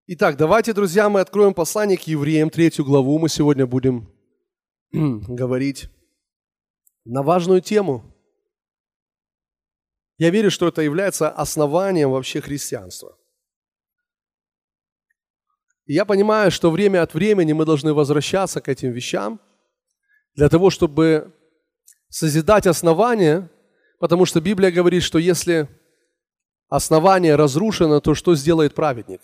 Итак, давайте, друзья, мы откроем послание к Евреям, 3 главу. Мы сегодня будем говорить на важную тему. Я верю, что это является основанием вообще христианства. И я понимаю, что время от времени мы должны возвращаться к этим вещам для того, чтобы созидать основание, потому что Библия говорит, что если основание разрушено, то что сделает праведник?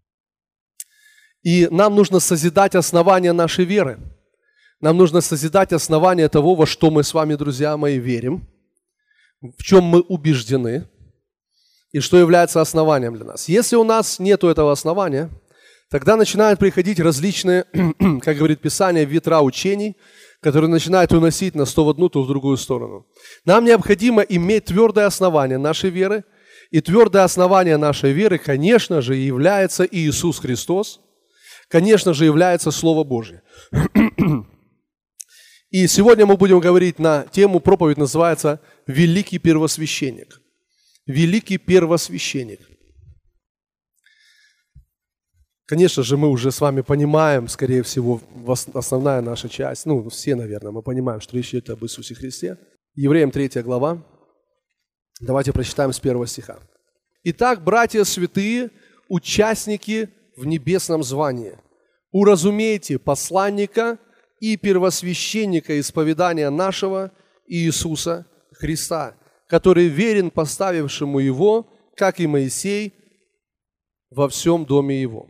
И нам нужно созидать основание нашей веры. Нам нужно созидать основание того, во что мы с вами, друзья мои, верим, в чем мы убеждены и что является основанием для нас. Если у нас нет этого основания, тогда начинают приходить различные, как говорит Писание, ветра учений, которые начинают уносить нас то в одну, то в другую сторону. Нам необходимо иметь твердое основание нашей веры, и твердое основание нашей веры, конечно же, является Иисус Христос, конечно же, является Слово Божье. И сегодня мы будем говорить на тему, проповедь называется «Великий первосвященник». Великий первосвященник. Конечно же, мы уже с вами понимаем, скорее всего, основная наша часть, все, наверное, мы понимаем, что речь идет об Иисусе Христе. Евреям 3 глава. Давайте прочитаем с 1 стиха. «Итак, братья святые, участники в небесном звании, уразумейте посланника и первосвященника исповедания нашего Иисуса Христа, который верен поставившему его, как и Моисей, во всем доме его».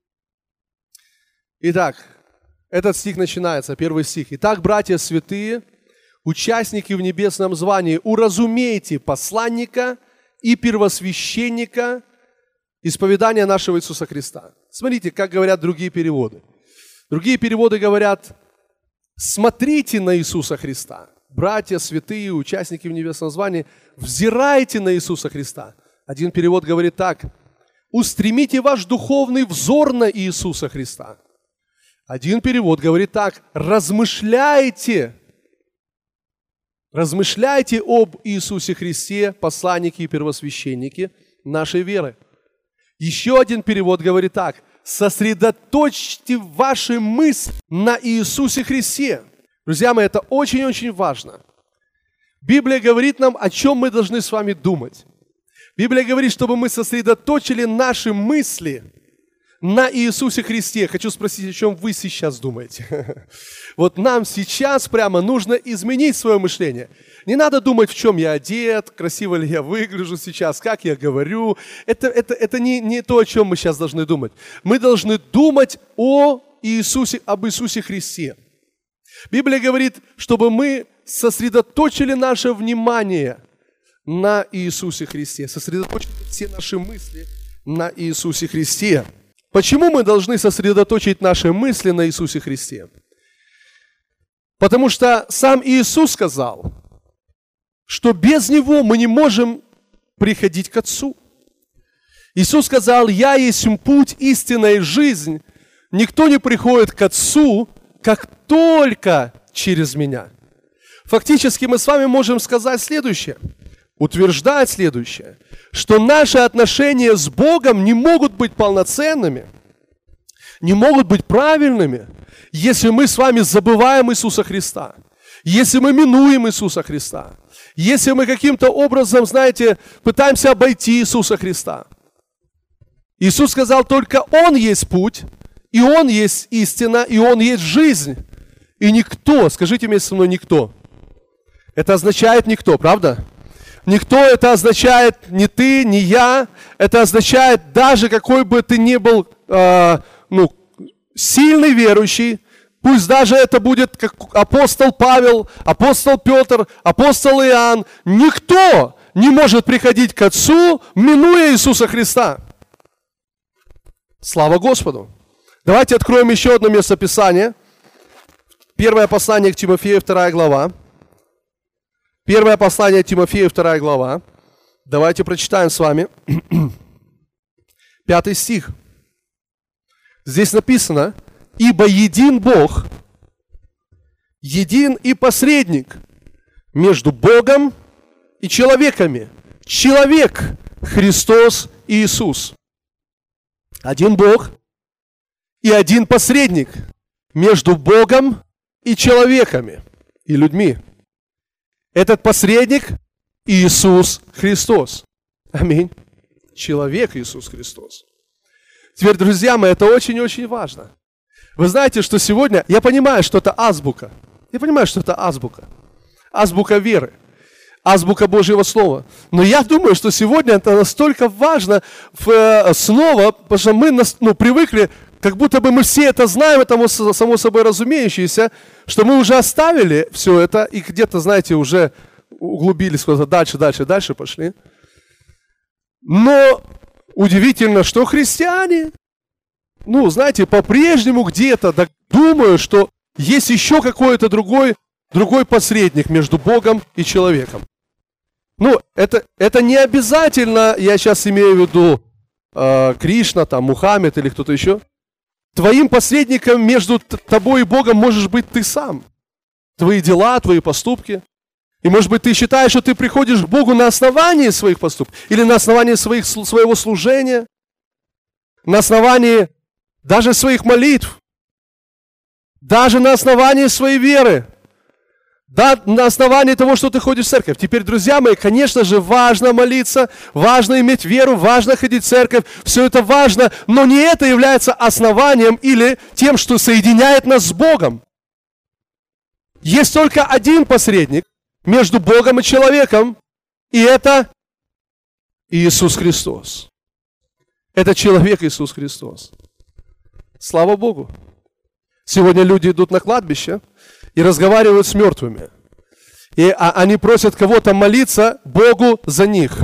Итак, этот стих начинается, 1 стих. «Итак, братья святые, участники в небесном звании, уразумейте посланника и первосвященника исповедания нашего Иисуса Христа». Смотрите, как говорят другие переводы. Другие переводы говорят: «Смотрите на Иисуса Христа». Братья святые, участники в небесном звании, взирайте на Иисуса Христа. Один перевод говорит так: «Устремите ваш духовный взор на Иисуса Христа». Один перевод говорит так: «Размышляйте об Иисусе Христе, посланники и первосвященники нашей веры». Еще один перевод говорит так: «Сосредоточьте ваши мысли на Иисусе Христе». Друзья мои, это очень-очень важно. Библия говорит нам, о чем мы должны с вами думать. Библия говорит, чтобы мы сосредоточили наши мысли на Иисусе Христе. Хочу спросить, о чем вы сейчас думаете? Вот нам сейчас прямо нужно изменить свое мышление. Не надо думать, в чем я одет, красиво ли я выгляжу сейчас, как я говорю. Это не то, о чем мы сейчас должны думать. Мы должны думать об Иисусе Христе. Библия говорит, чтобы мы сосредоточили наше внимание на Иисусе Христе, сосредоточили все наши мысли на Иисусе Христе. Почему мы должны сосредоточить наши мысли на Иисусе Христе? Потому что сам Иисус сказал, что без Него мы не можем приходить к Отцу. Иисус сказал: «Я есть путь, истина и жизнь. Никто не приходит к Отцу, как только через Меня». Фактически мы с вами можем сказать следующее, утверждать следующее, что наши отношения с Богом не могут быть полноценными, не могут быть правильными, если мы с вами забываем Иисуса Христа, если мы минуем Иисуса Христа, если мы каким-то образом, пытаемся обойти Иисуса Христа. Иисус сказал, только Он есть путь, и Он есть истина, и Он есть жизнь. И никто, скажите вместе со мной, никто. Это означает никто, правда? Никто, это означает не ты, не я. Это означает, даже какой бы ты ни был сильный верующий, пусть даже это будет как апостол Павел, апостол Петр, апостол Иоанн, никто не может приходить к Отцу, минуя Иисуса Христа. Слава Господу! Давайте откроем еще одно местописание. Первое послание к Тимофею, 2 глава. Первое послание к Тимофею, 2 глава. Давайте прочитаем с вами 5 стих. Здесь написано: «Ибо един Бог, един и посредник между Богом и человеками, человек Христос Иисус». Один Бог, и один посредник между Богом и человеками, и людьми. Этот посредник – Иисус Христос. Аминь. Человек Иисус Христос. Теперь, друзья мои, это очень-очень важно. Вы знаете, что сегодня, я понимаю, что это азбука. Я понимаю, что это азбука. Азбука веры. Азбука Божьего Слова. Но я думаю, что сегодня это настолько важно снова, потому что мы привыкли, как будто бы мы все это знаем, это само собой разумеющееся, что мы уже оставили все это и где-то, знаете, уже углубились куда-то дальше пошли. Но удивительно, что христиане, знаете, по-прежнему где-то думаю, что есть еще какой-то другой посредник между Богом и человеком. Это не обязательно, я сейчас имею в виду Кришна, Мухаммед или кто-то еще. Твоим посредником между тобой и Богом можешь быть ты сам. Твои дела, твои поступки. И может быть ты считаешь, что ты приходишь к Богу на основании своих поступков или на основании своего служения, на основании даже своих молитв, даже на основании своей веры. Да, на основании того, что ты ходишь в церковь. Теперь, друзья мои, конечно же, важно молиться, важно иметь веру, важно ходить в церковь. Все это важно, но не это является основанием или тем, что соединяет нас с Богом. Есть только один посредник между Богом и человеком, и это Иисус Христос. Это человек Иисус Христос. Слава Богу. Сегодня люди идут на кладбище и разговаривают с мертвыми. И они просят кого-то молиться Богу за них.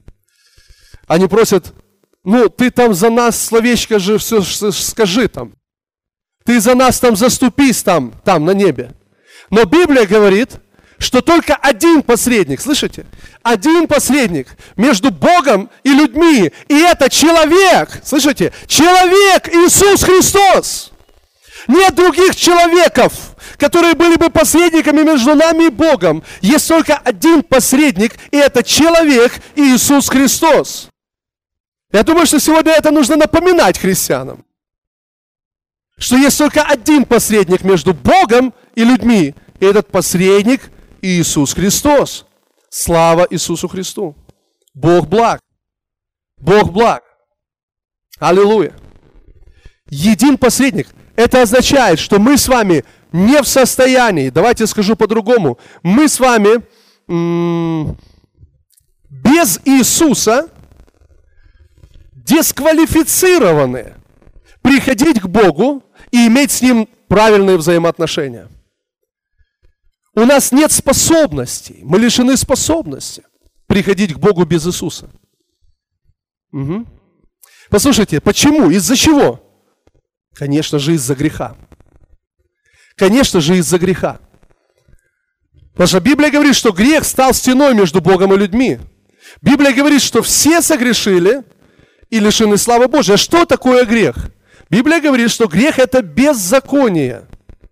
Они просят, ты там за нас словечко же все скажи там. Ты за нас там заступись там на небе. Но Библия говорит, что только один посредник, слышите? Один посредник между Богом и людьми. И это человек, слышите? Человек Иисус Христос. Нет других человеков, которые были бы посредниками между нами и Богом. Есть только один посредник, и это человек Иисус Христос. Я думаю, что сегодня это нужно напоминать христианам. Что есть только один посредник между Богом и людьми, и этот посредник Иисус Христос. Слава Иисусу Христу. Бог благ. Бог благ. Аллилуйя. Един посредник. Это означает, что мы с вами не в состоянии, давайте скажу по-другому, мы с вами без Иисуса дисквалифицированы приходить к Богу и иметь с Ним правильные взаимоотношения. У нас нет способностей, мы лишены способности приходить к Богу без Иисуса. Угу. Послушайте, почему? Из-за чего? Конечно же, из-за греха. Конечно же, из-за греха. Потому что Библия говорит, что грех стал стеной между Богом и людьми. Библия говорит, что все согрешили и лишены славы Божьей. А что такое грех? Библия говорит, что грех – это беззаконие.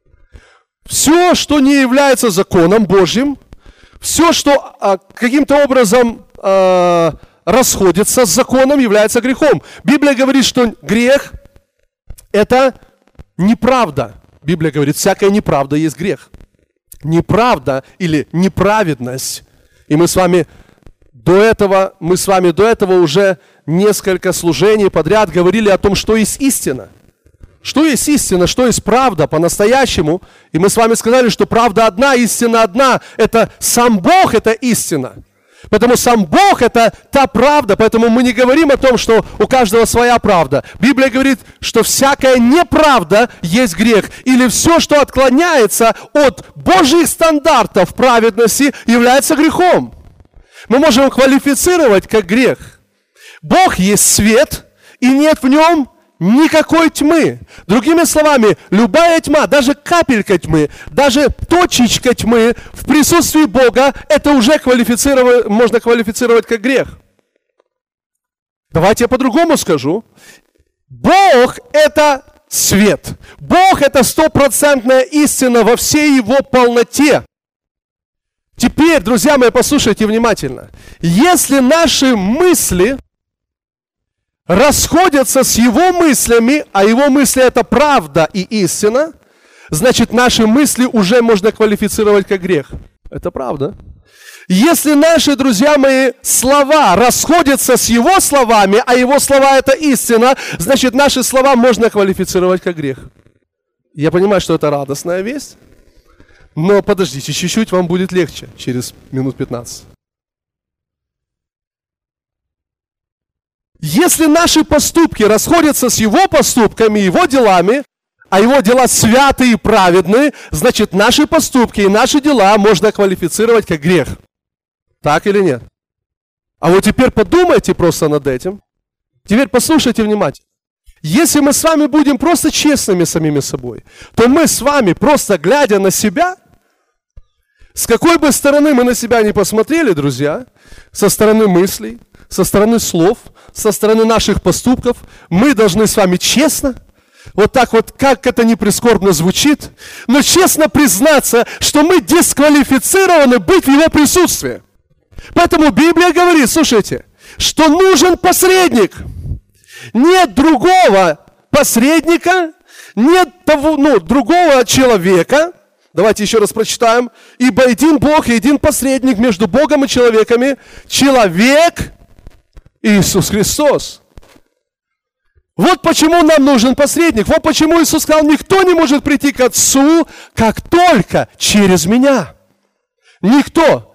Все, что не является законом Божьим, все, что каким-то образом расходится с законом, является грехом. Библия говорит, что грех – это неправда. Библия говорит, всякая неправда есть грех. Неправда или неправедность. И мы с вами до этого уже несколько служений подряд говорили о том, что есть истина. Что есть истина, что есть правда по-настоящему. И мы с вами сказали, что правда одна, истина одна. Это сам Бог, это истина. Потому сам Бог – это та правда, поэтому мы не говорим о том, что у каждого своя правда. Библия говорит, что всякая неправда есть грех, или все, что отклоняется от Божьих стандартов праведности, является грехом. Мы можем квалифицировать как грех. Бог есть свет, и нет в нем никакой тьмы. Другими словами, любая тьма, даже капелька тьмы, даже точечка тьмы в присутствии Бога, это уже можно квалифицировать как грех. Давайте я по-другому скажу. Бог – это свет. Бог – это стопроцентная истина во всей его полноте. Теперь, друзья мои, послушайте внимательно. Если наши мысли расходятся с Его мыслями, а Его мысли – это правда и истина, значит, наши мысли уже можно квалифицировать как грех. Это правда. Если наши, друзья мои, слова расходятся с Его словами, а Его слова – это истина, значит, наши слова можно квалифицировать как грех. Я понимаю, что это радостная весть, но подождите, чуть-чуть вам будет легче через минут 15. Если наши поступки расходятся с Его поступками, Его делами, а Его дела святые и праведные, значит, наши поступки и наши дела можно квалифицировать как грех. Так или нет? А вот теперь подумайте просто над этим. Теперь послушайте внимательно. Если мы с вами будем просто честными самими собой, то мы с вами, просто глядя на себя, с какой бы стороны мы на себя не посмотрели, друзья, со стороны мыслей, со стороны слов, со стороны наших поступков, мы должны с вами честно, вот так вот, как это ни прискорбно звучит, но честно признаться, что мы дисквалифицированы быть в Его присутствии. Поэтому Библия говорит, слушайте, что нужен посредник. Нет другого посредника, нет того, другого человека. Давайте еще раз прочитаем. Ибо един Бог и един посредник между Богом и человеками. Человек Иисус Христос. Вот почему нам нужен посредник. Вот почему Иисус сказал, никто не может прийти к Отцу, как только через меня. Никто.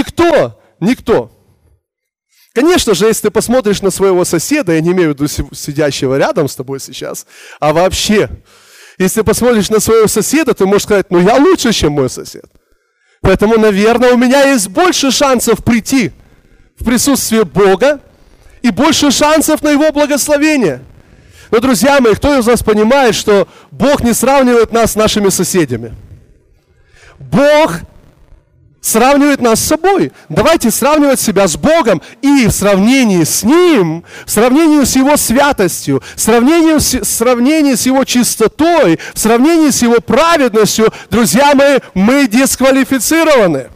Конечно же, если ты посмотришь на своего соседа, я не имею в виду сидящего рядом с тобой сейчас, а вообще, если посмотришь на своего соседа, ты можешь сказать, я лучше, чем мой сосед. Поэтому, наверное, у меня есть больше шансов прийти в присутствие Бога и больше шансов на Его благословение. Но, друзья мои, кто из вас понимает, что Бог не сравнивает нас с нашими соседями? Бог сравнивает нас с собой. Давайте сравнивать себя с Богом и в сравнении с Ним, в сравнении с Его святостью, в сравнении с Его чистотой, в сравнении с Его праведностью, друзья мои, мы дисквалифицированы.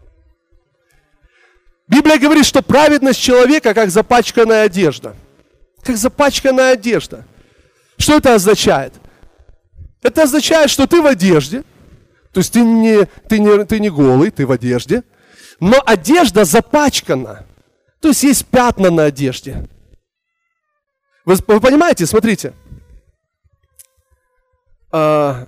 Библия говорит, что праведность человека как запачканная одежда. Как запачканная одежда. Что это означает? Это означает, что ты в одежде. То есть ты не голый, ты в одежде, но одежда запачкана. То есть есть пятна на одежде. Вы понимаете, смотрите. Знаете,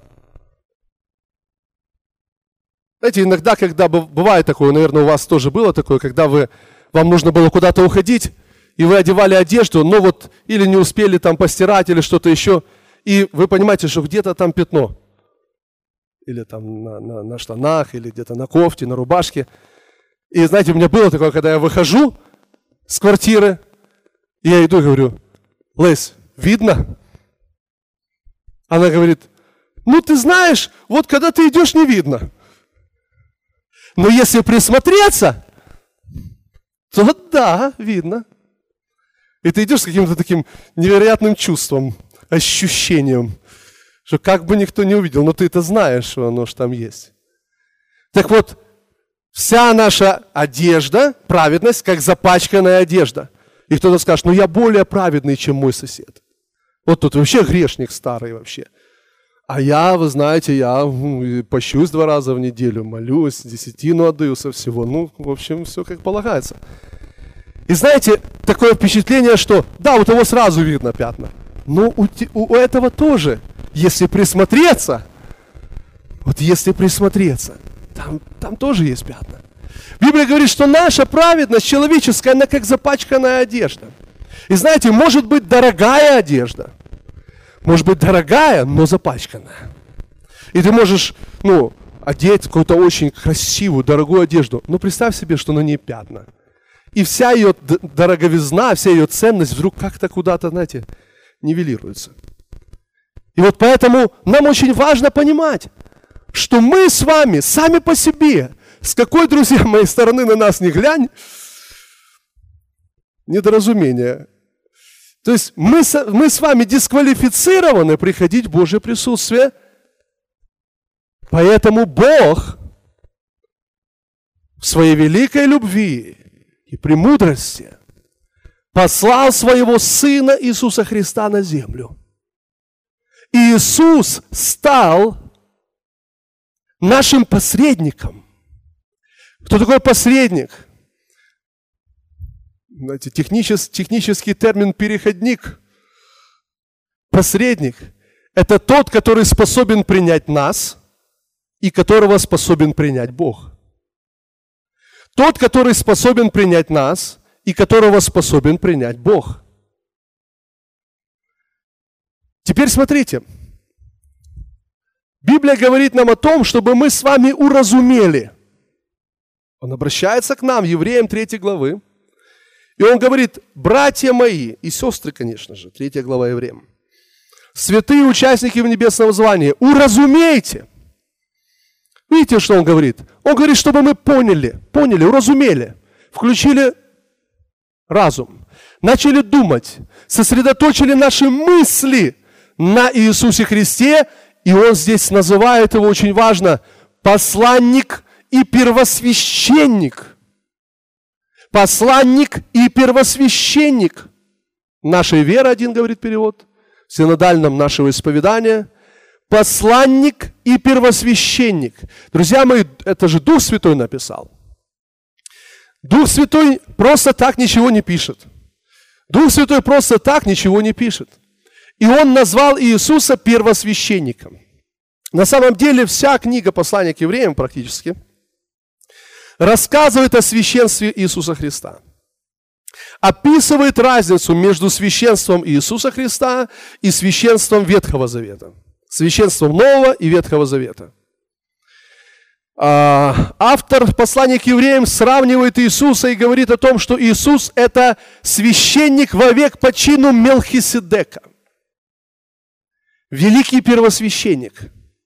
иногда, когда бывает такое, наверное, у вас тоже было такое, когда вам нужно было куда-то уходить, и вы одевали одежду, но или не успели там постирать, или что-то еще, и вы понимаете, что где-то там пятно. Или там на штанах, или где-то на кофте, на рубашке. И знаете, у меня было такое, когда я выхожу с квартиры, и я иду и говорю, Лесь, видно? Она говорит, ты знаешь, вот когда ты идешь, не видно. Но если присмотреться, то да, видно. И ты идешь с каким-то таким невероятным чувством, ощущением, что как бы никто не увидел, но ты это знаешь, что оно ж там есть. Так вот, вся наша одежда, праведность, как запачканная одежда. И кто-то скажет, я более праведный, чем мой сосед. Вот тут вообще грешник старый вообще. А я, вы знаете, я пощусь 2 раза в неделю, молюсь, десятину отдаю со всего. В общем, все как полагается. И знаете, такое впечатление, что да, у того сразу видно пятна. Но у этого тоже. Если присмотреться, там тоже есть пятна. Библия говорит, что наша праведность человеческая, она как запачканная одежда. И знаете, может быть дорогая одежда, может быть дорогая, но запачканная. И ты можешь, одеть какую-то очень красивую, дорогую одежду, но представь себе, что на ней пятна. И вся ее дороговизна, вся ее ценность вдруг как-то куда-то, знаете, нивелируется. И вот поэтому нам очень важно понимать, что мы с вами сами по себе, с какой, друзья мои, стороны на нас не глянь, недоразумение. То есть мы с вами дисквалифицированы приходить в Божье присутствие, поэтому Бог в своей великой любви и премудрости послал своего Сына Иисуса Христа на землю. И Иисус стал нашим посредником. Кто такой посредник? Знаете, технический термин «переходник». Посредник – это тот, который способен принять нас и которого способен принять Бог. Тот, который способен принять нас и которого способен принять Бог. Теперь смотрите. Библия говорит нам о том, чтобы мы с вами уразумели. Он обращается к нам, евреям 3 главы. И он говорит: братья мои и сестры, конечно же, 3 глава евреям, святые участники в небесном звании, уразумейте. Видите, что он говорит? Он говорит, чтобы мы поняли, уразумели, включили разум, начали думать, сосредоточили наши мысли на Иисусе Христе. И он здесь называет его, очень важно, посланник и первосвященник. Посланник и первосвященник нашей веры, один говорит перевод, в синодальном нашего исповедания. Посланник и первосвященник. Друзья мои, это же Дух Святой написал. Дух Святой просто так ничего не пишет. Дух Святой просто так ничего не пишет. И он назвал Иисуса первосвященником. На самом деле вся книга послания к евреям практически рассказывает о священстве Иисуса Христа. Описывает разницу между священством Иисуса Христа и священством Ветхого Завета. Священством Нового и Ветхого Завета. Автор послания к евреям сравнивает Иисуса и говорит о том, что Иисус – это священник вовек по чину Мелхиседека. Великий первосвященник.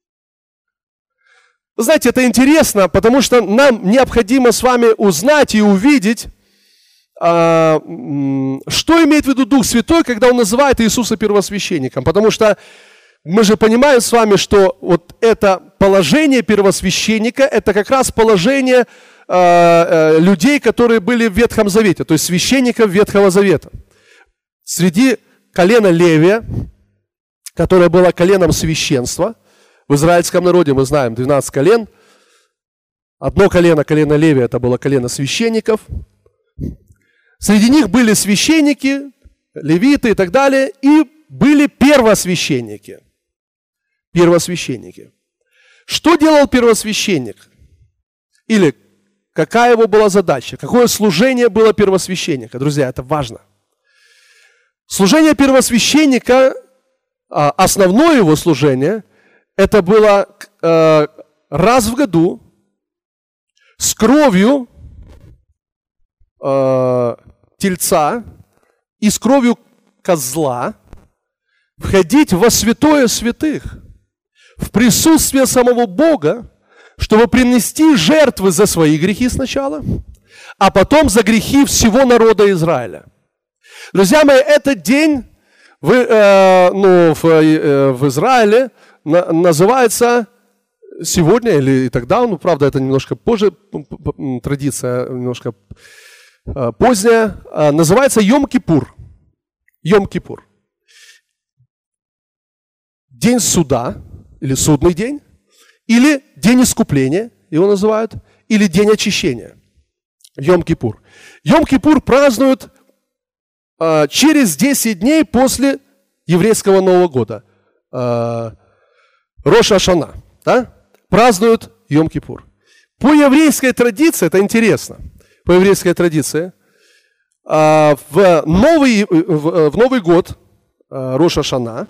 Вы знаете, это интересно, потому что нам необходимо с вами узнать и увидеть, что имеет в виду Дух Святой, когда Он называет Иисуса первосвященником. Потому что мы же понимаем с вами, что вот это положение первосвященника, это как раз положение людей, которые были в Ветхом Завете, то есть священников Ветхого Завета. Среди колена Левия, которое было коленом священства, в израильском народе, мы знаем, 12 колен. Одно колено, колено Левия, это было колено священников. Среди них были священники, левиты и так далее, и были первосвященники. Первосвященники. Что делал первосвященник? Или какая его была задача? Какое служение было первосвященника? Друзья, это важно. Служение первосвященника, основное его служение, это было раз в году с кровью тельца и с кровью козла входить во святое святых, в присутствие самого Бога, чтобы принести жертвы за свои грехи сначала, а потом за грехи всего народа Израиля. Друзья мои, этот день в Израиле называется сегодня или тогда, правда, это немножко позже, традиция немножко поздняя, называется Йом-Кипур. Йом-Кипур. День суда, или судный день, или день искупления, его называют, или день очищения. Йом-Кипур. Йом-Кипур празднуют через 10 дней после еврейского Нового года. Рош ха-Шана, да? Празднуют Йом-Кипур. По еврейской традиции, это интересно, по еврейской традиции, в Новый год, Рош ха-Шана,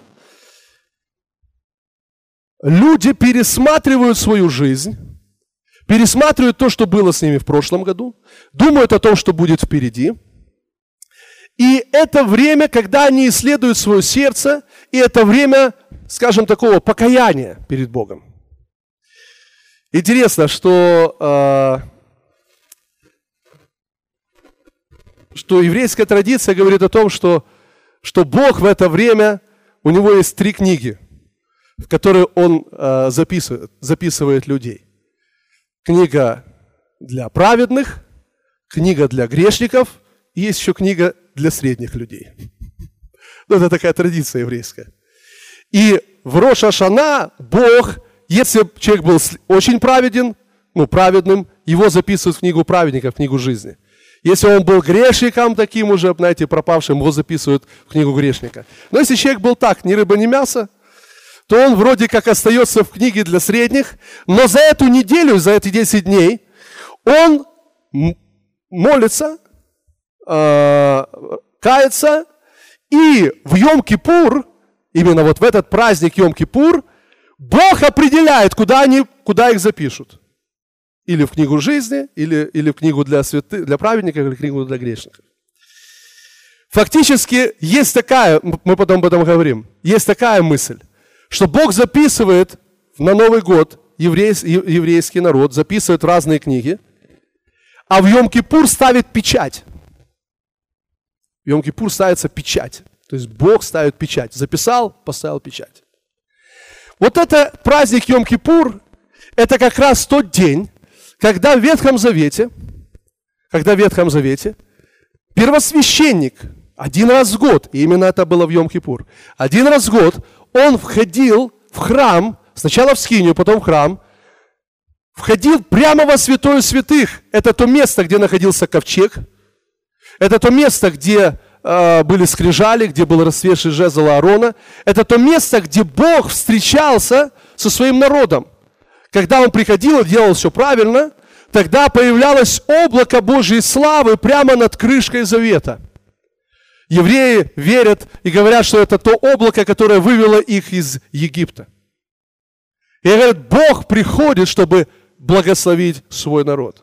люди пересматривают свою жизнь, пересматривают то, что было с ними в прошлом году, думают о том, что будет впереди. И это время, когда они исследуют свое сердце, и это время, скажем, такого покаяния перед Богом. Интересно, что еврейская традиция говорит о том, что Бог в это время, у него есть 3 книги, в которые он записывает людей. Книга для праведных, книга для грешников, и есть еще книга для средних людей. Ну, это такая традиция еврейская. И в Рош ха-Шана Бог, если человек был очень праведен, праведным, его записывают в книгу праведников, в книгу жизни. Если он был грешником таким уже, знаете, пропавшим, его записывают в книгу грешника. Но если человек был так, ни рыба, ни мясо, то он вроде как остается в книге для средних, но за эту неделю, за эти 10 дней, он молится, кается, и в Йом-Кипур, именно вот в этот праздник Йом-Кипур, Бог определяет, куда их запишут. Или в книгу жизни, или в книгу для праведников, или в книгу для грешников. Фактически есть такая, мы потом об этом говорим, есть такая мысль, что Бог записывает на Новый год еврейский народ, записывает разные книги, а в Йом-Кипур ставит печать. В Йом-Кипур ставится печать. То есть Бог ставит печать. Записал, поставил печать. Вот это праздник Йом-Кипур, это как раз тот день, когда в Ветхом Завете первосвященник один раз в год, и именно это было в Йом-Кипур, один раз в год он входил в храм, сначала в скинию, потом в храм, входил прямо во святое святых. Это то место, где находился ковчег, это то место, где были скрижали, где был расцветший жезл Аарона, это то место, где Бог встречался со своим народом. Когда он приходил и делал все правильно, тогда появлялось облако Божьей славы прямо над крышкой завета. Евреи верят и говорят, что это то облако, которое вывело их из Египта. И говорят, Бог приходит, чтобы благословить свой народ.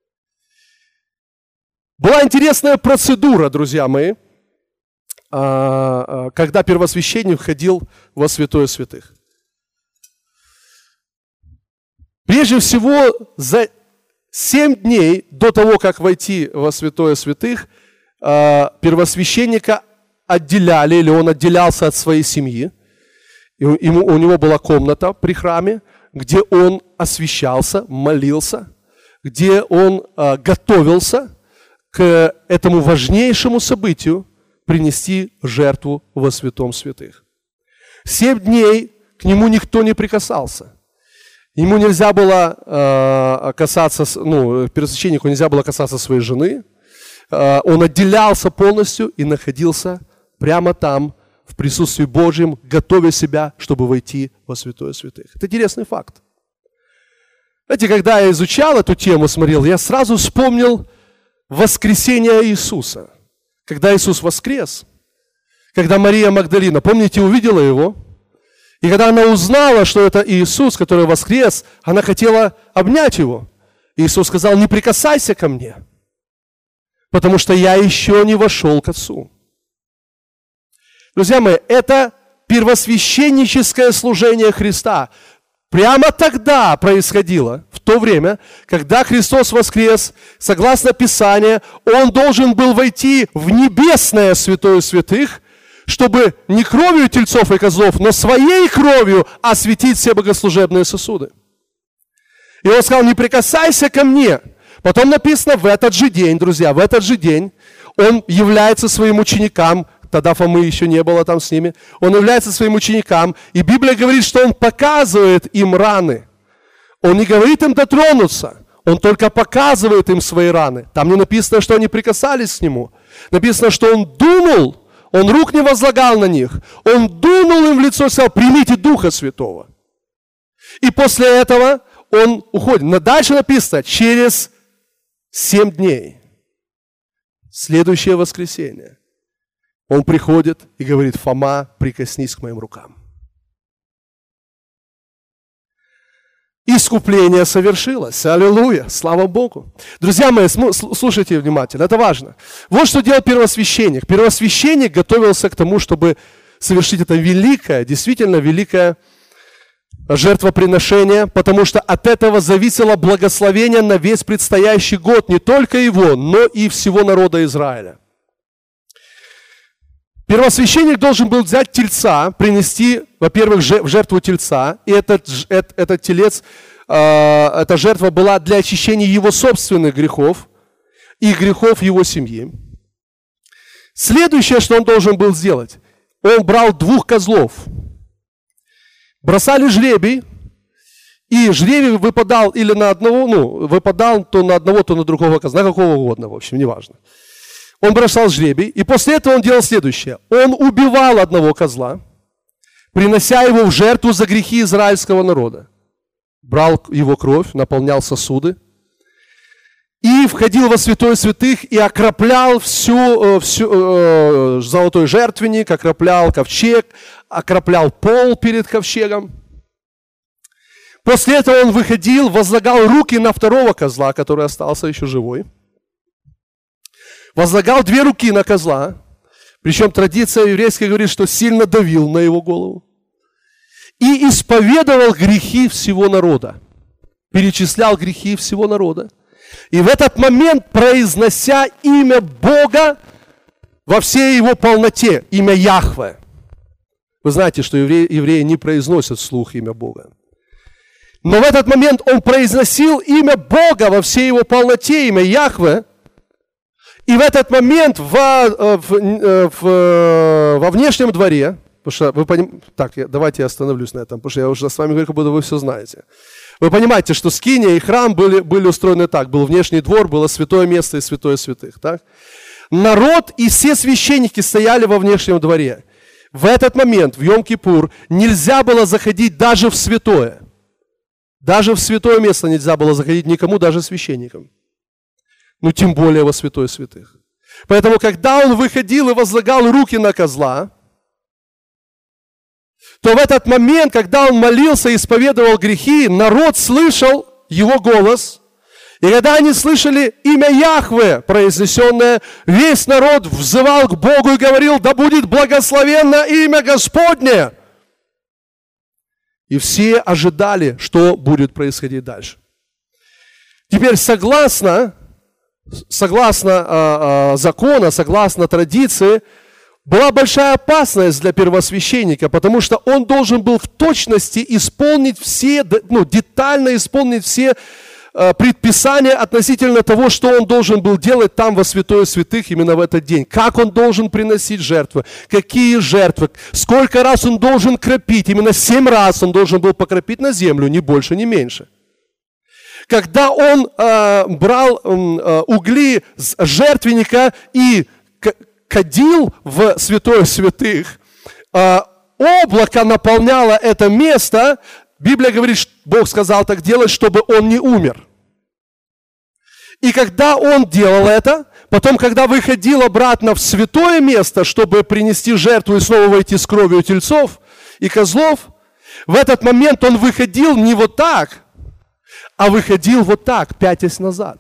Была интересная процедура, друзья мои, когда первосвященник входил во святое святых. Прежде всего, за 7 дней до того, как войти во святое святых, первосвященника отделяли, или он отделялся от своей семьи. У него была комната при храме, где он освящался, молился, где он готовился к этому важнейшему событию принести жертву во святом святых. 7 дней к нему никто не прикасался. Ему нельзя было касаться, первосвященнику нельзя было касаться своей жены. Он отделялся полностью и находился прямо там, в присутствии Божьем, готовя себя, чтобы войти во святое святых. Это интересный факт. Знаете, когда я изучал эту тему, смотрел, я сразу вспомнил воскресение Иисуса. Когда Иисус воскрес, когда Мария Магдалина, помните, увидела Его, и когда она узнала, что это Иисус, который воскрес, она хотела обнять Его. Иисус сказал, не прикасайся ко мне, потому что я еще не вошел к Отцу. Друзья мои, это первосвященническое служение Христа. Прямо тогда происходило, в то время, когда Христос воскрес, согласно Писанию, Он должен был войти в небесное святое святых, чтобы не кровью тельцов и козлов, но своей кровью осветить все богослужебные сосуды. И Он сказал, не прикасайся ко мне. Потом написано, в этот же день, друзья, в этот же день Он является своим ученикам, тогда Фомы еще не было там с ними, Он является своим ученикам, и Библия говорит, что Он показывает им раны. Он не говорит им дотронуться, Он только показывает им свои раны. Там не написано, что они прикасались к Нему. Написано, что Он думал, Он рук не возлагал на них. Он дунул им в лицо и сказал, примите Духа Святого. И после этого Он уходит. Но дальше написано, через 7 дней, следующее воскресенье, Он приходит и говорит, Фома, прикоснись к моим рукам. Искупление совершилось. Аллилуйя. Слава Богу. Друзья мои, слушайте внимательно. Это важно. Вот что делал первосвященник. Первосвященник готовился к тому, чтобы совершить это великое, действительно великое жертвоприношение, потому что от этого зависело благословение на весь предстоящий год. Не только его, но и всего народа Израиля. Первосвященник должен был взять тельца, принести, во-первых, в жертву тельца, и этот телец, эта жертва была для очищения его собственных грехов и грехов его семьи. Следующее, что он должен был сделать, он брал 2 козлов, бросали жребий, и жребий выпадал или на одного, выпадал то на одного, то на другого козла, какого угодно, в общем, неважно. Он бросал жребий, и после этого он делал следующее. Он убивал одного козла, принося его в жертву за грехи израильского народа. Брал его кровь, наполнял сосуды, и входил во святое святых и окроплял всю золотой жертвенник, окроплял ковчег, окроплял пол перед ковчегом. После этого он выходил, возлагал руки на второго козла, который остался еще живой. Возлагал 2 руки на козла, причем традиция еврейская говорит, что сильно давил на его голову. И исповедовал грехи всего народа. Перечислял грехи всего народа. И в этот момент, произнося имя Бога во всей его полноте, имя Яхве. Вы знаете, что евреи не произносят вслух имя Бога. Но в этот момент он произносил имя Бога во всей его полноте, имя Яхве. И в этот момент во внешнем дворе, потому что вы понимаете, так, давайте я остановлюсь на этом, потому что я уже с вами говорю, как будто вы все знаете. Вы понимаете, что скиния и храм были устроены так. Был внешний двор, было святое место и святое святых. Так? Народ и все священники стояли во внешнем дворе. В этот момент, в Йом-Кипур, нельзя было заходить даже в святое. Даже в святое место нельзя было заходить никому, даже священникам. Ну, тем более во святое святых. Поэтому, когда он выходил и возлагал руки на козла, то в этот момент, когда он молился и исповедовал грехи, народ слышал его голос. И когда они слышали имя Яхве, произнесенное, весь народ взывал к Богу и говорил: да будет благословенно имя Господне. И все ожидали, что будет происходить дальше. Теперь согласно закону, согласно традиции, была большая опасность для первосвященника, потому что он должен был в точности исполнить все, детально исполнить все предписания относительно того, что он должен был делать там во святое святых именно в этот день. Как он должен приносить жертвы, какие жертвы, сколько раз он должен кропить. Именно 7 раз он должен был покропить на землю, ни больше, ни меньше. Когда он брал угли с жертвенника и кадил в святое святых, облако наполняло это место. Библия говорит, что Бог сказал так делать, чтобы он не умер. И когда он делал это, потом, когда выходил обратно в святое место, чтобы принести жертву и снова войти с кровью тельцов и козлов, в этот момент он выходил не вот так, а выходил вот так, пятясь назад.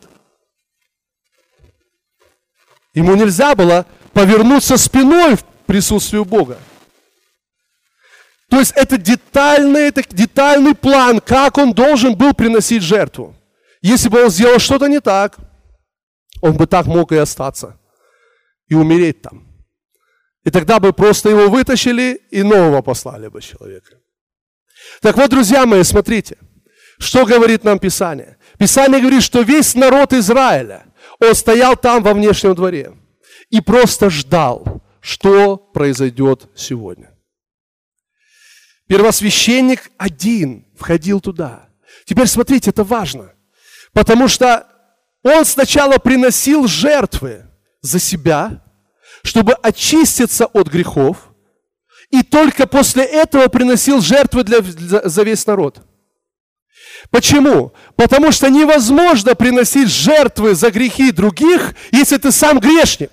Ему нельзя было повернуться спиной в присутствие Бога. То есть это детальный план, как он должен был приносить жертву. Если бы он сделал что-то не так, он бы так мог и остаться, и умереть там. И тогда бы просто его вытащили и нового послали бы человека. Так вот, друзья мои, смотрите, что говорит нам Писание. Писание говорит, что весь народ Израиля, он стоял там во внешнем дворе и просто ждал, что произойдет сегодня. Первосвященник один входил туда. Теперь смотрите, это важно, потому что он сначала приносил жертвы за себя, чтобы очиститься от грехов, и только после этого приносил жертвы за весь народ. Почему? Потому что невозможно приносить жертвы за грехи других, если ты сам грешник.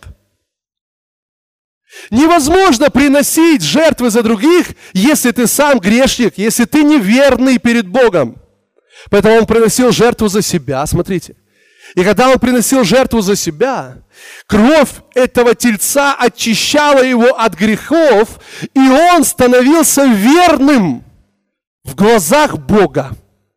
Невозможно приносить жертвы за других, если ты сам грешник, если ты неверный перед Богом. Поэтому он приносил жертву за себя, смотрите. И когда он приносил жертву за себя, кровь этого тельца очищала его от грехов, и он становился верным в глазах Бога.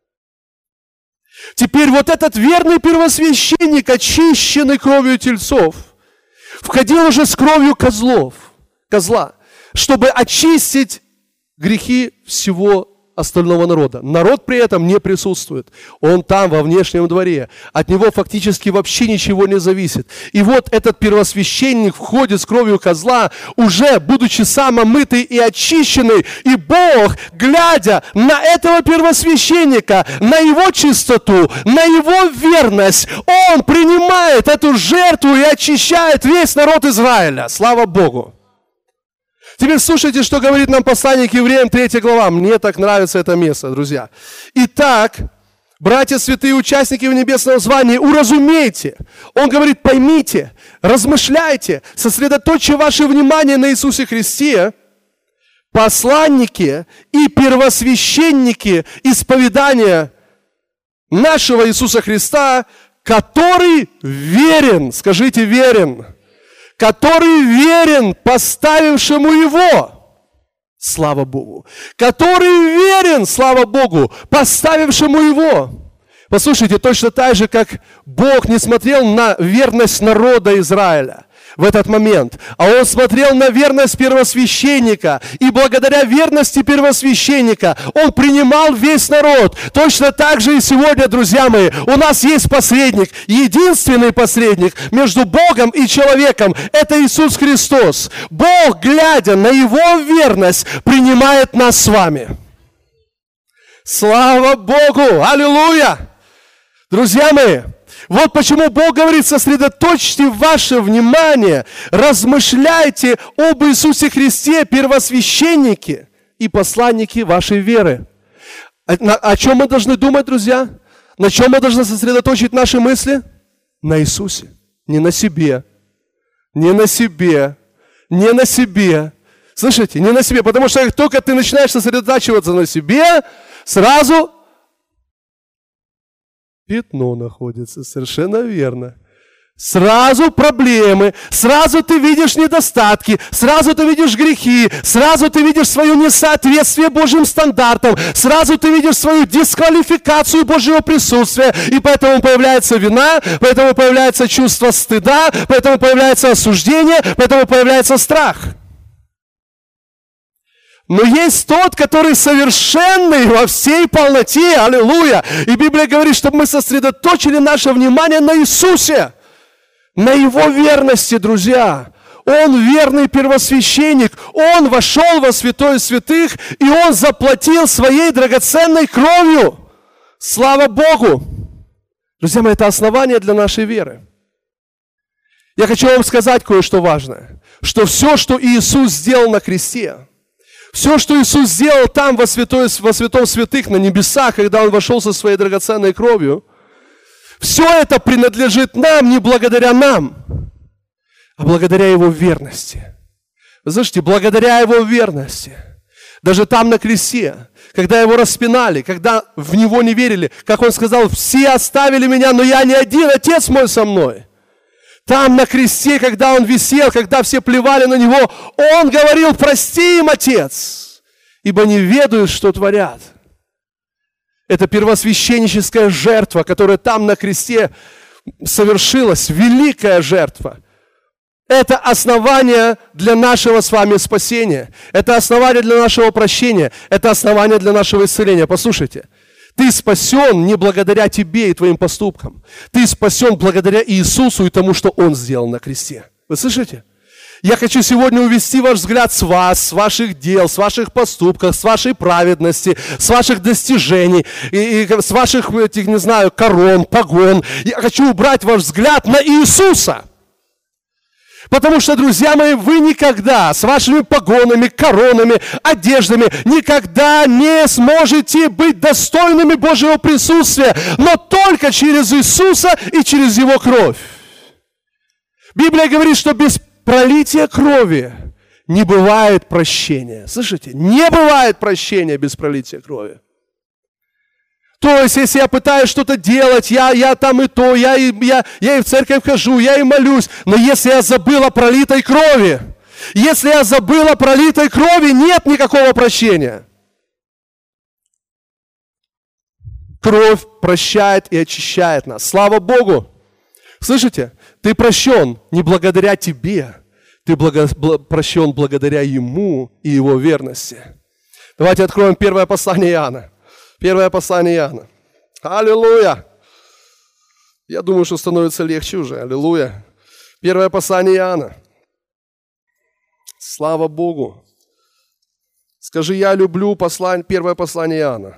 Теперь вот этот верный первосвященник, очищенный кровью тельцов, входил уже с кровью козла, чтобы очистить грехи всего остального народа. Народ при этом не присутствует. Он там, во внешнем дворе. От него фактически вообще ничего не зависит. И вот этот первосвященник входит с кровью козла, уже будучи сам омытый и очищенный. И Бог, глядя на этого первосвященника, на его чистоту, на его верность, Он принимает эту жертву и очищает весь народ Израиля. Слава Богу! Теперь слушайте, что говорит нам послание к Евреям, 3 глава. Мне так нравится это место, друзья. Итак, братья святые, участники в небесном звании, уразумейте. Он говорит, поймите, размышляйте, сосредоточьте ваше внимание на Иисусе Христе, посланники и первосвященники исповедания нашего Иисуса Христа, который верен, скажите, верен, который верен поставившему Его, слава Богу, который верен, слава Богу, поставившему Его. Послушайте, точно так же, как Бог не смотрел на верность народа Израиля в этот момент, а Он смотрел на верность первосвященника, и благодаря верности первосвященника Он принимал весь народ. Точно так же и сегодня, друзья мои, у нас есть посредник, единственный посредник между Богом и человеком, это Иисус Христос. Бог, глядя на Его верность, принимает нас с вами. Слава Богу! Аллилуйя! Друзья мои, вот почему Бог говорит, сосредоточьте ваше внимание, размышляйте об Иисусе Христе, первосвященнике и посланники вашей веры. О чем мы должны думать, друзья? На чем мы должны сосредоточить наши мысли? На Иисусе, не на себе, не на себе, не на себе. Слышите, не на себе, потому что как только ты начинаешь сосредотачиваться на себе, сразу пятно находится, совершенно верно. Сразу проблемы, сразу ты видишь недостатки, сразу ты видишь грехи, сразу ты видишь свое несоответствие Божьим стандартам, сразу ты видишь свою дисквалификацию Божьего присутствия, и поэтому появляется вина, поэтому появляется чувство стыда, поэтому появляется осуждение, поэтому появляется страх. Но есть тот, который совершенный во всей полноте, аллилуйя. И Библия говорит, чтобы мы сосредоточили наше внимание на Иисусе, на Его верности, друзья. Он верный первосвященник, Он вошел во святое святых, и Он заплатил своей драгоценной кровью. Слава Богу! Друзья мои, это основание для нашей веры. Я хочу вам сказать кое-что важное, что все, что Иисус сделал на кресте, все, что Иисус сделал там во святом святых, на небесах, когда Он вошел со своей драгоценной кровью, все это принадлежит нам не благодаря нам, а благодаря Его верности. Вы слышите, благодаря Его верности. Даже там на кресте, когда Его распинали, когда в Него не верили, как Он сказал, все оставили меня, но я не один, Отец мой со мной. Там на кресте, когда Он висел, когда все плевали на Него, Он говорил, прости им, Отец, ибо не ведают, что творят. Это первосвященническая жертва, которая там на кресте совершилась, великая жертва. Это основание для нашего с вами спасения. Это основание для нашего прощения. Это основание для нашего исцеления. Послушайте. Ты спасен не благодаря тебе и твоим поступкам. Ты спасен благодаря Иисусу и тому, что Он сделал на кресте. Вы слышите? Я хочу сегодня увести ваш взгляд с вас, с ваших дел, с ваших поступков, с вашей праведности, с ваших достижений, и с ваших, этих, не знаю, корон, погон. Я хочу убрать ваш взгляд на Иисуса. Потому что, друзья мои, вы никогда с вашими погонами, коронами, одеждами никогда не сможете быть достойными Божьего присутствия, но только через Иисуса и через Его кровь. Библия говорит, что без пролития крови не бывает прощения. Слышите? Не бывает прощения без пролития крови. То есть, если я пытаюсь что-то делать, я там и то, я и в церковь хожу, я и молюсь, но если я забыл о пролитой крови, если я забыл о пролитой крови, нет никакого прощения. Кровь прощает и очищает нас. Слава Богу! Слышите? Ты прощен не благодаря тебе, ты прощен благодаря Ему и Его верности. Давайте откроем первое послание Иоанна. Первое послание Иоанна. Аллилуйя! Я думаю, что становится легче уже. Аллилуйя! Первое послание Иоанна. Слава Богу! Скажи, я люблю первое послание Иоанна.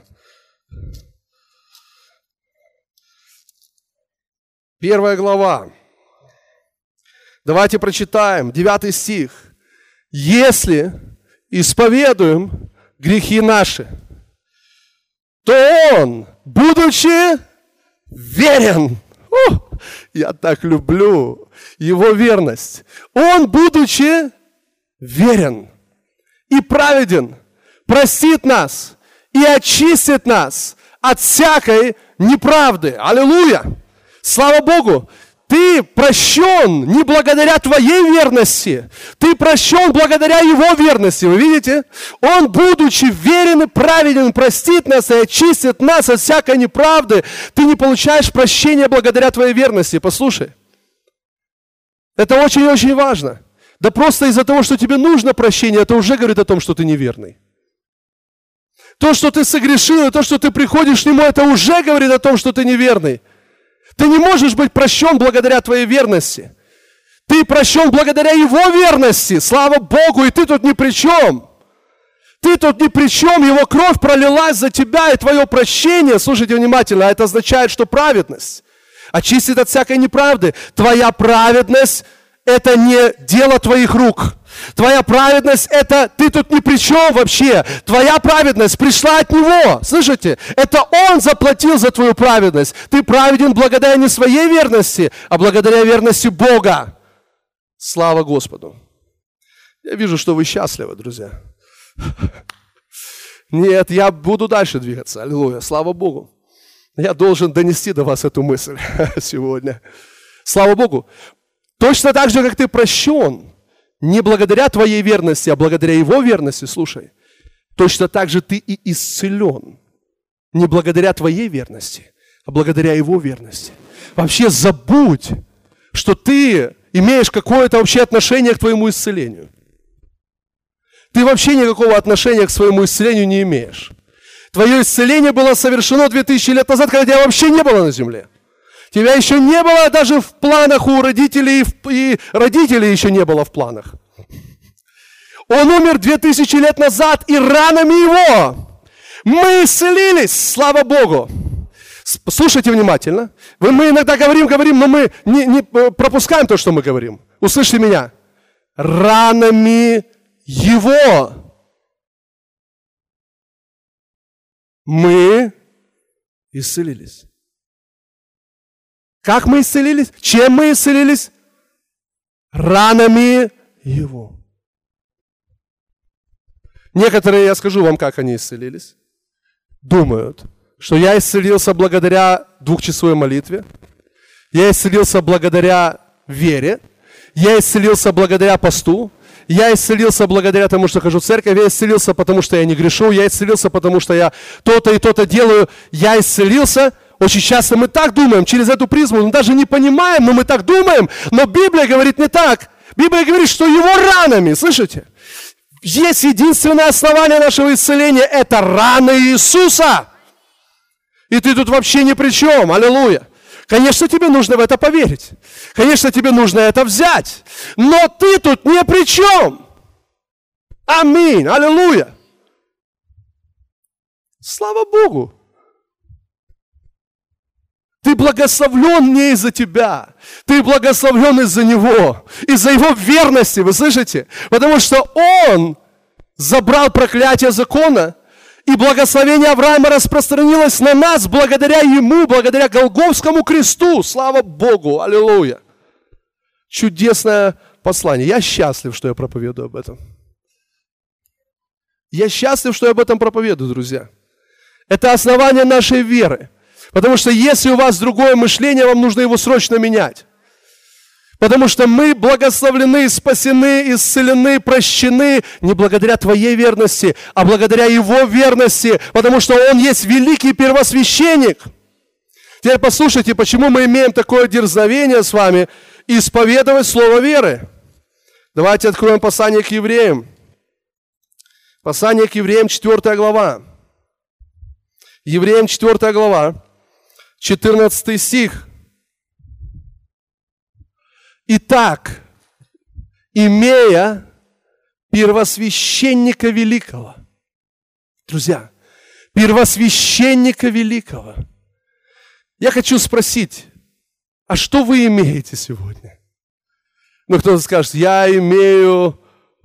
Первая глава. Давайте прочитаем, 9 стих. Если исповедуем грехи наши, то Он, будучи верен, я так люблю Его верность, Он, будучи верен и праведен, простит нас и очистит нас от всякой неправды. Аллилуйя! Слава Богу! Ты прощен не благодаря твоей верности, ты прощен благодаря Его верности. Вы видите? Он, будучи верен и праведен, простит нас и очистит нас от всякой неправды. Ты не получаешь прощения благодаря твоей верности. Послушай. Это очень-очень важно. Да просто из-за того, что тебе нужно прощение, это уже говорит о том, что ты неверный. То, что ты согрешил, и то, что ты приходишь к Нему, это уже говорит о том, что ты неверный. Ты не можешь быть прощен благодаря твоей верности. Ты прощен благодаря Его верности. Слава Богу, и ты тут ни при чем. Ты тут ни при чем. Его кровь пролилась за тебя, и твое прощение, слушайте внимательно, это означает, что праведность очистит от всякой неправды. Твоя праведность – это не дело твоих рук. Твоя праведность – это ты тут ни при чем вообще. Твоя праведность пришла от Него. Слышите? Это Он заплатил за твою праведность. Ты праведен благодаря не своей верности, а благодаря верности Бога. Слава Господу. Я вижу, что вы счастливы, друзья. Нет, я буду дальше двигаться. Аллилуйя. Слава Богу. Я должен донести до вас эту мысль сегодня. Слава Богу. Точно так же, как ты прощен, не благодаря твоей верности, а благодаря Его верности, слушай, точно так же ты и исцелен. Не благодаря твоей верности, а благодаря Его верности. Вообще забудь, что ты имеешь какое-то вообще отношение к твоему исцелению. Ты вообще никакого отношения к своему исцелению не имеешь. Твое исцеление было совершено 2000 лет назад, когда тебя вообще не было на земле. Тебя еще не было даже в планах у родителей, и родителей еще не было в планах. Он умер 2000 лет назад, и ранами Его мы исцелились, слава Богу. Слушайте внимательно. Мы иногда говорим, но мы не пропускаем то, что мы говорим. Услышьте меня. Ранами Его мы исцелились. Как мы исцелились? Чем мы исцелились? Ранами Его. Некоторые, я скажу вам, как они исцелились, думают, что я исцелился благодаря 2-часовой молитве, я исцелился благодаря вере, я исцелился благодаря посту, я исцелился благодаря тому, что хожу в церковь, я исцелился, потому что я не грешу, я исцелился, потому что я то-то и то-то делаю, я исцелился. Очень часто мы так думаем, через эту призму, мы даже не понимаем, но мы так думаем, но Библия говорит не так. Библия говорит, что Его ранами, слышите? Есть единственное основание нашего исцеления, это раны Иисуса. И ты тут вообще ни при чем, аллилуйя. Конечно, тебе нужно в это поверить. Конечно, тебе нужно это взять. Но ты тут ни при чем. Аминь, аллилуйя. Слава Богу. Ты благословлен не из-за тебя. Ты благословлен из-за Него. Из-за Его верности, вы слышите? Потому что Он забрал проклятие закона, и благословение Авраама распространилось на нас благодаря Ему, благодаря Голгофскому кресту. Слава Богу! Аллилуйя! Чудесное послание. Я счастлив, что я проповедую об этом. Я счастлив, что я об этом проповедую, друзья. Это основание нашей веры. Потому что если у вас другое мышление, вам нужно его срочно менять. Потому что мы благословлены, спасены, исцелены, прощены не благодаря твоей верности, а благодаря Его верности, потому что Он есть великий первосвященник. Теперь послушайте, почему мы имеем такое дерзновение с вами исповедовать слово веры. Давайте откроем послание к евреям. Послание к Евреям, 4 глава. Евреям, 4 глава, 14 стих. Итак, имея первосвященника великого, друзья, первосвященника великого, я хочу спросить, а что вы имеете сегодня? Ну, кто-то скажет, я имею,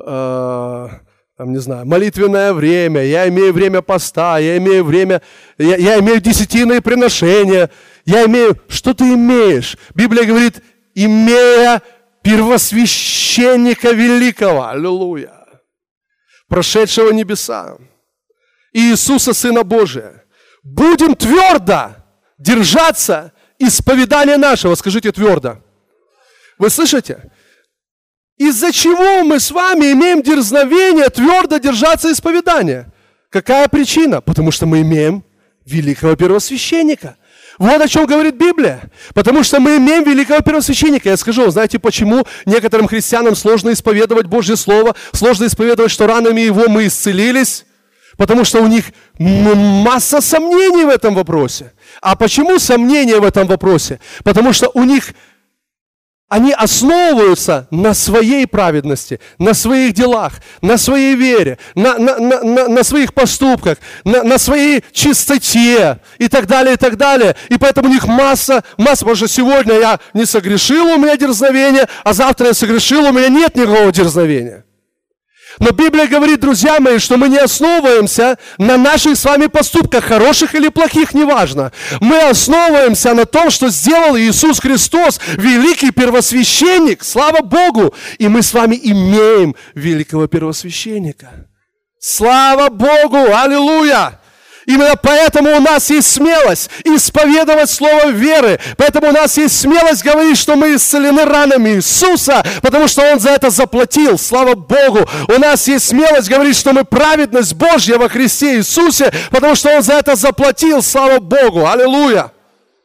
не знаю, молитвенное время, я имею время поста, я имею время, я имею десятинные приношения, я имею, что ты имеешь? Библия говорит, имея первосвященника великого, аллилуйя, прошедшего небеса, Иисуса, Сына Божия, будем твердо держаться исповедания нашего, скажите твердо. Вы слышите? Из-за чего мы с вами имеем дерзновение твердо держаться исповедания? Какая причина? Потому что мы имеем великого первосвященника. Вот о чем говорит Библия. Потому что мы имеем великого первосвященника. Я скажу, знаете, почему некоторым христианам сложно исповедовать Божье Слово, сложно исповедовать, что ранами Его мы исцелились? Потому что у них масса сомнений в этом вопросе. А почему сомнения в этом вопросе? Потому что у них они основываются на своей праведности, на своих делах, на своей вере, на своих поступках, на своей чистоте и так далее, и так далее. И поэтому у них масса, потому что сегодня я не согрешил, у меня дерзновение, а завтра я согрешил, у меня нет никакого дерзновения. Но Библия говорит, друзья мои, что мы не основываемся на наших с вами поступках, хороших или плохих, неважно. Мы основываемся на том, что сделал Иисус Христос, великий первосвященник, слава Богу. И мы с вами имеем великого первосвященника. Слава Богу, аллилуйя! Именно поэтому у нас есть смелость исповедовать слово веры. Поэтому у нас есть смелость говорить, что мы исцелены ранами Иисуса, потому что Он за это заплатил. Слава Богу. У нас есть смелость говорить, что мы праведность Божья во Христе Иисусе, потому что Он за это заплатил. Слава Богу. Аллилуйя.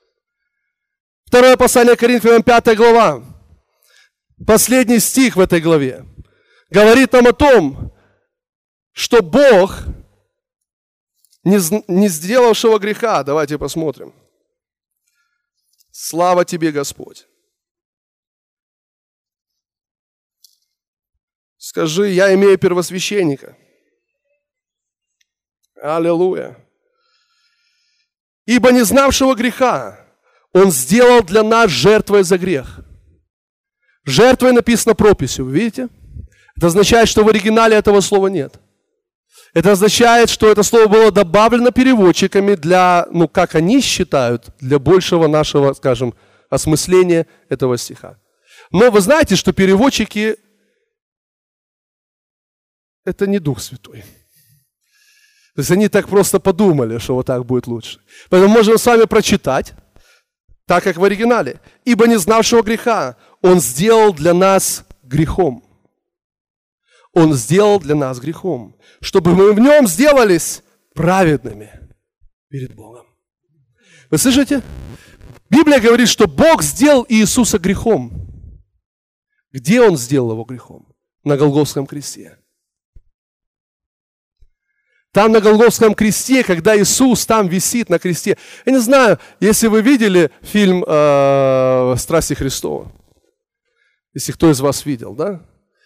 Второе послание Коринфянам, 5 глава. Последний стих в этой главе говорит нам о том, что Бог, не сделавшего греха, давайте посмотрим. Слава Тебе, Господь. Скажи, я имею первосвященника. Аллилуйя. Ибо не знавшего греха Он сделал для нас жертвой за грех. Жертвой написано прописью, вы видите? Это означает, что в оригинале этого слова нет. Это означает, что это слово было добавлено переводчиками для, как они считают, для большего нашего, скажем, осмысления этого стиха. Но вы знаете, что переводчики – это не Дух Святой. То есть они так просто подумали, что вот так будет лучше. Поэтому можем с вами прочитать, так как в оригинале. «Ибо не знавшего греха Он сделал для нас грехом». Он сделал для нас грехом, чтобы мы в нем сделались праведными перед Богом. Вы слышите? Библия говорит, что Бог сделал Иисуса грехом. Где Он сделал Его грехом? На Голгофском кресте. Там на Голгофском кресте, когда Иисус там висит на кресте. Я не знаю, если вы видели фильм «Страсти Христова». Если кто из вас видел, да?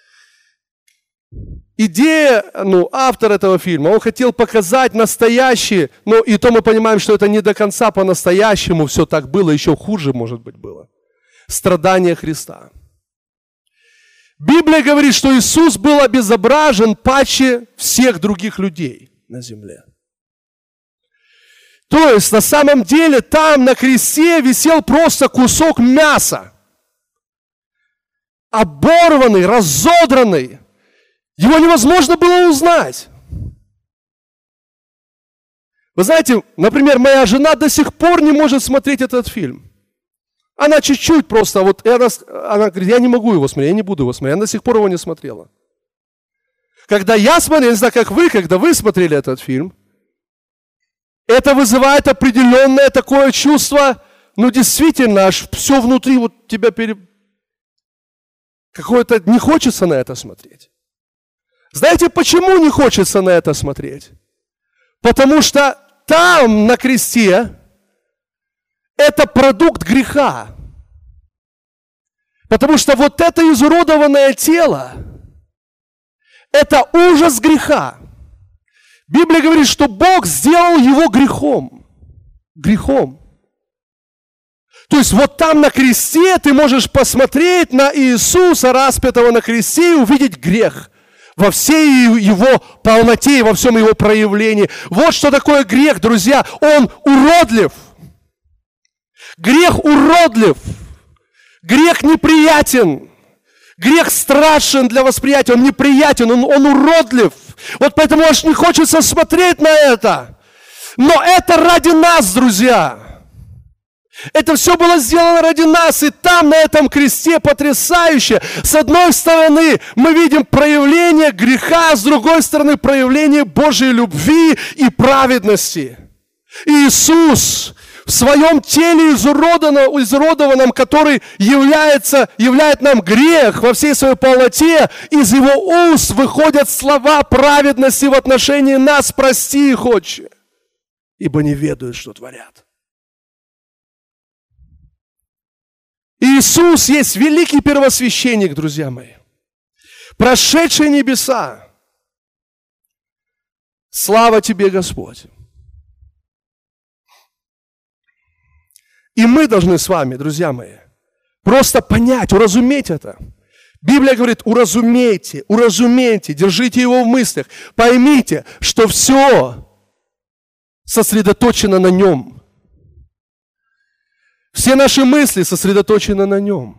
Идея, автор этого фильма, он хотел показать настоящее, и то мы понимаем, что это не до конца по-настоящему все так было, еще хуже, может быть, было. Страдания Христа. Библия говорит, что Иисус был обезображен паче всех других людей на земле. То есть, на самом деле, там на кресте висел просто кусок мяса. Оборванный, разодранный. Его невозможно было узнать. Вы знаете, например, моя жена до сих пор не может смотреть этот фильм. Она чуть-чуть просто, она говорит, я не могу его смотреть, я не буду его смотреть. Она до сих пор его не смотрела. Когда я смотрел, я не знаю, как вы, когда вы смотрели этот фильм, это вызывает определенное такое чувство, действительно, аж все внутри тебя какое-то не хочется на это смотреть. Знаете, почему не хочется на это смотреть? Потому что там, на кресте, это продукт греха. Потому что вот это изуродованное тело, это ужас греха. Библия говорит, что Бог сделал его грехом. Грехом. То есть вот там на кресте ты можешь посмотреть на Иисуса, распятого на кресте, и увидеть грех во всей его полноте и во всем его проявлении. Вот что такое грех, друзья. Он уродлив. Грех уродлив. Грех неприятен. Грех страшен для восприятия. Он неприятен, он уродлив. Вот поэтому аж не хочется смотреть на это. Но это ради нас, друзья. Это все было сделано ради нас, и там, на этом кресте, потрясающе. С одной стороны, мы видим проявление греха, с другой стороны, проявление Божьей любви и праведности. Иисус в своем теле изуродованном, который являет нам грех во всей своей полноте, из его уст выходят слова праведности в отношении нас: прости их, Отче, ибо не ведают, что творят. Иисус есть великий первосвященник, друзья мои, прошедший небеса. Слава тебе, Господь. И мы должны с вами, друзья мои, просто понять, уразуметь это. Библия говорит: уразумейте, держите его в мыслях, поймите, что все сосредоточено на нем. Все наши мысли сосредоточены на нем.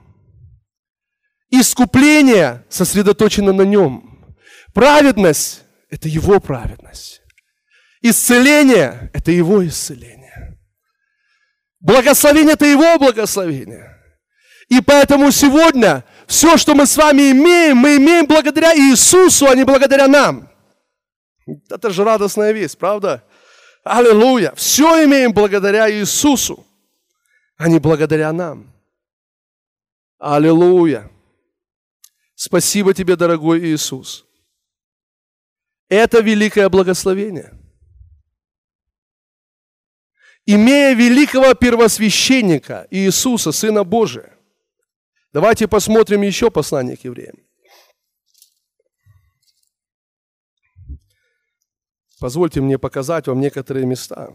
Искупление сосредоточено на нем. Праведность – это его праведность. Исцеление – это его исцеление. Благословение – это его благословение. И поэтому сегодня все, что мы с вами имеем, мы имеем благодаря Иисусу, а не благодаря нам. Это же радостная весть, правда? Аллилуйя! Все имеем благодаря Иисусу, а не благодаря нам. Аллилуйя! Спасибо тебе, дорогой Иисус. Это великое благословение. Имея великого первосвященника Иисуса, Сына Божия. Давайте посмотрим еще послание к евреям. Позвольте мне показать вам некоторые места.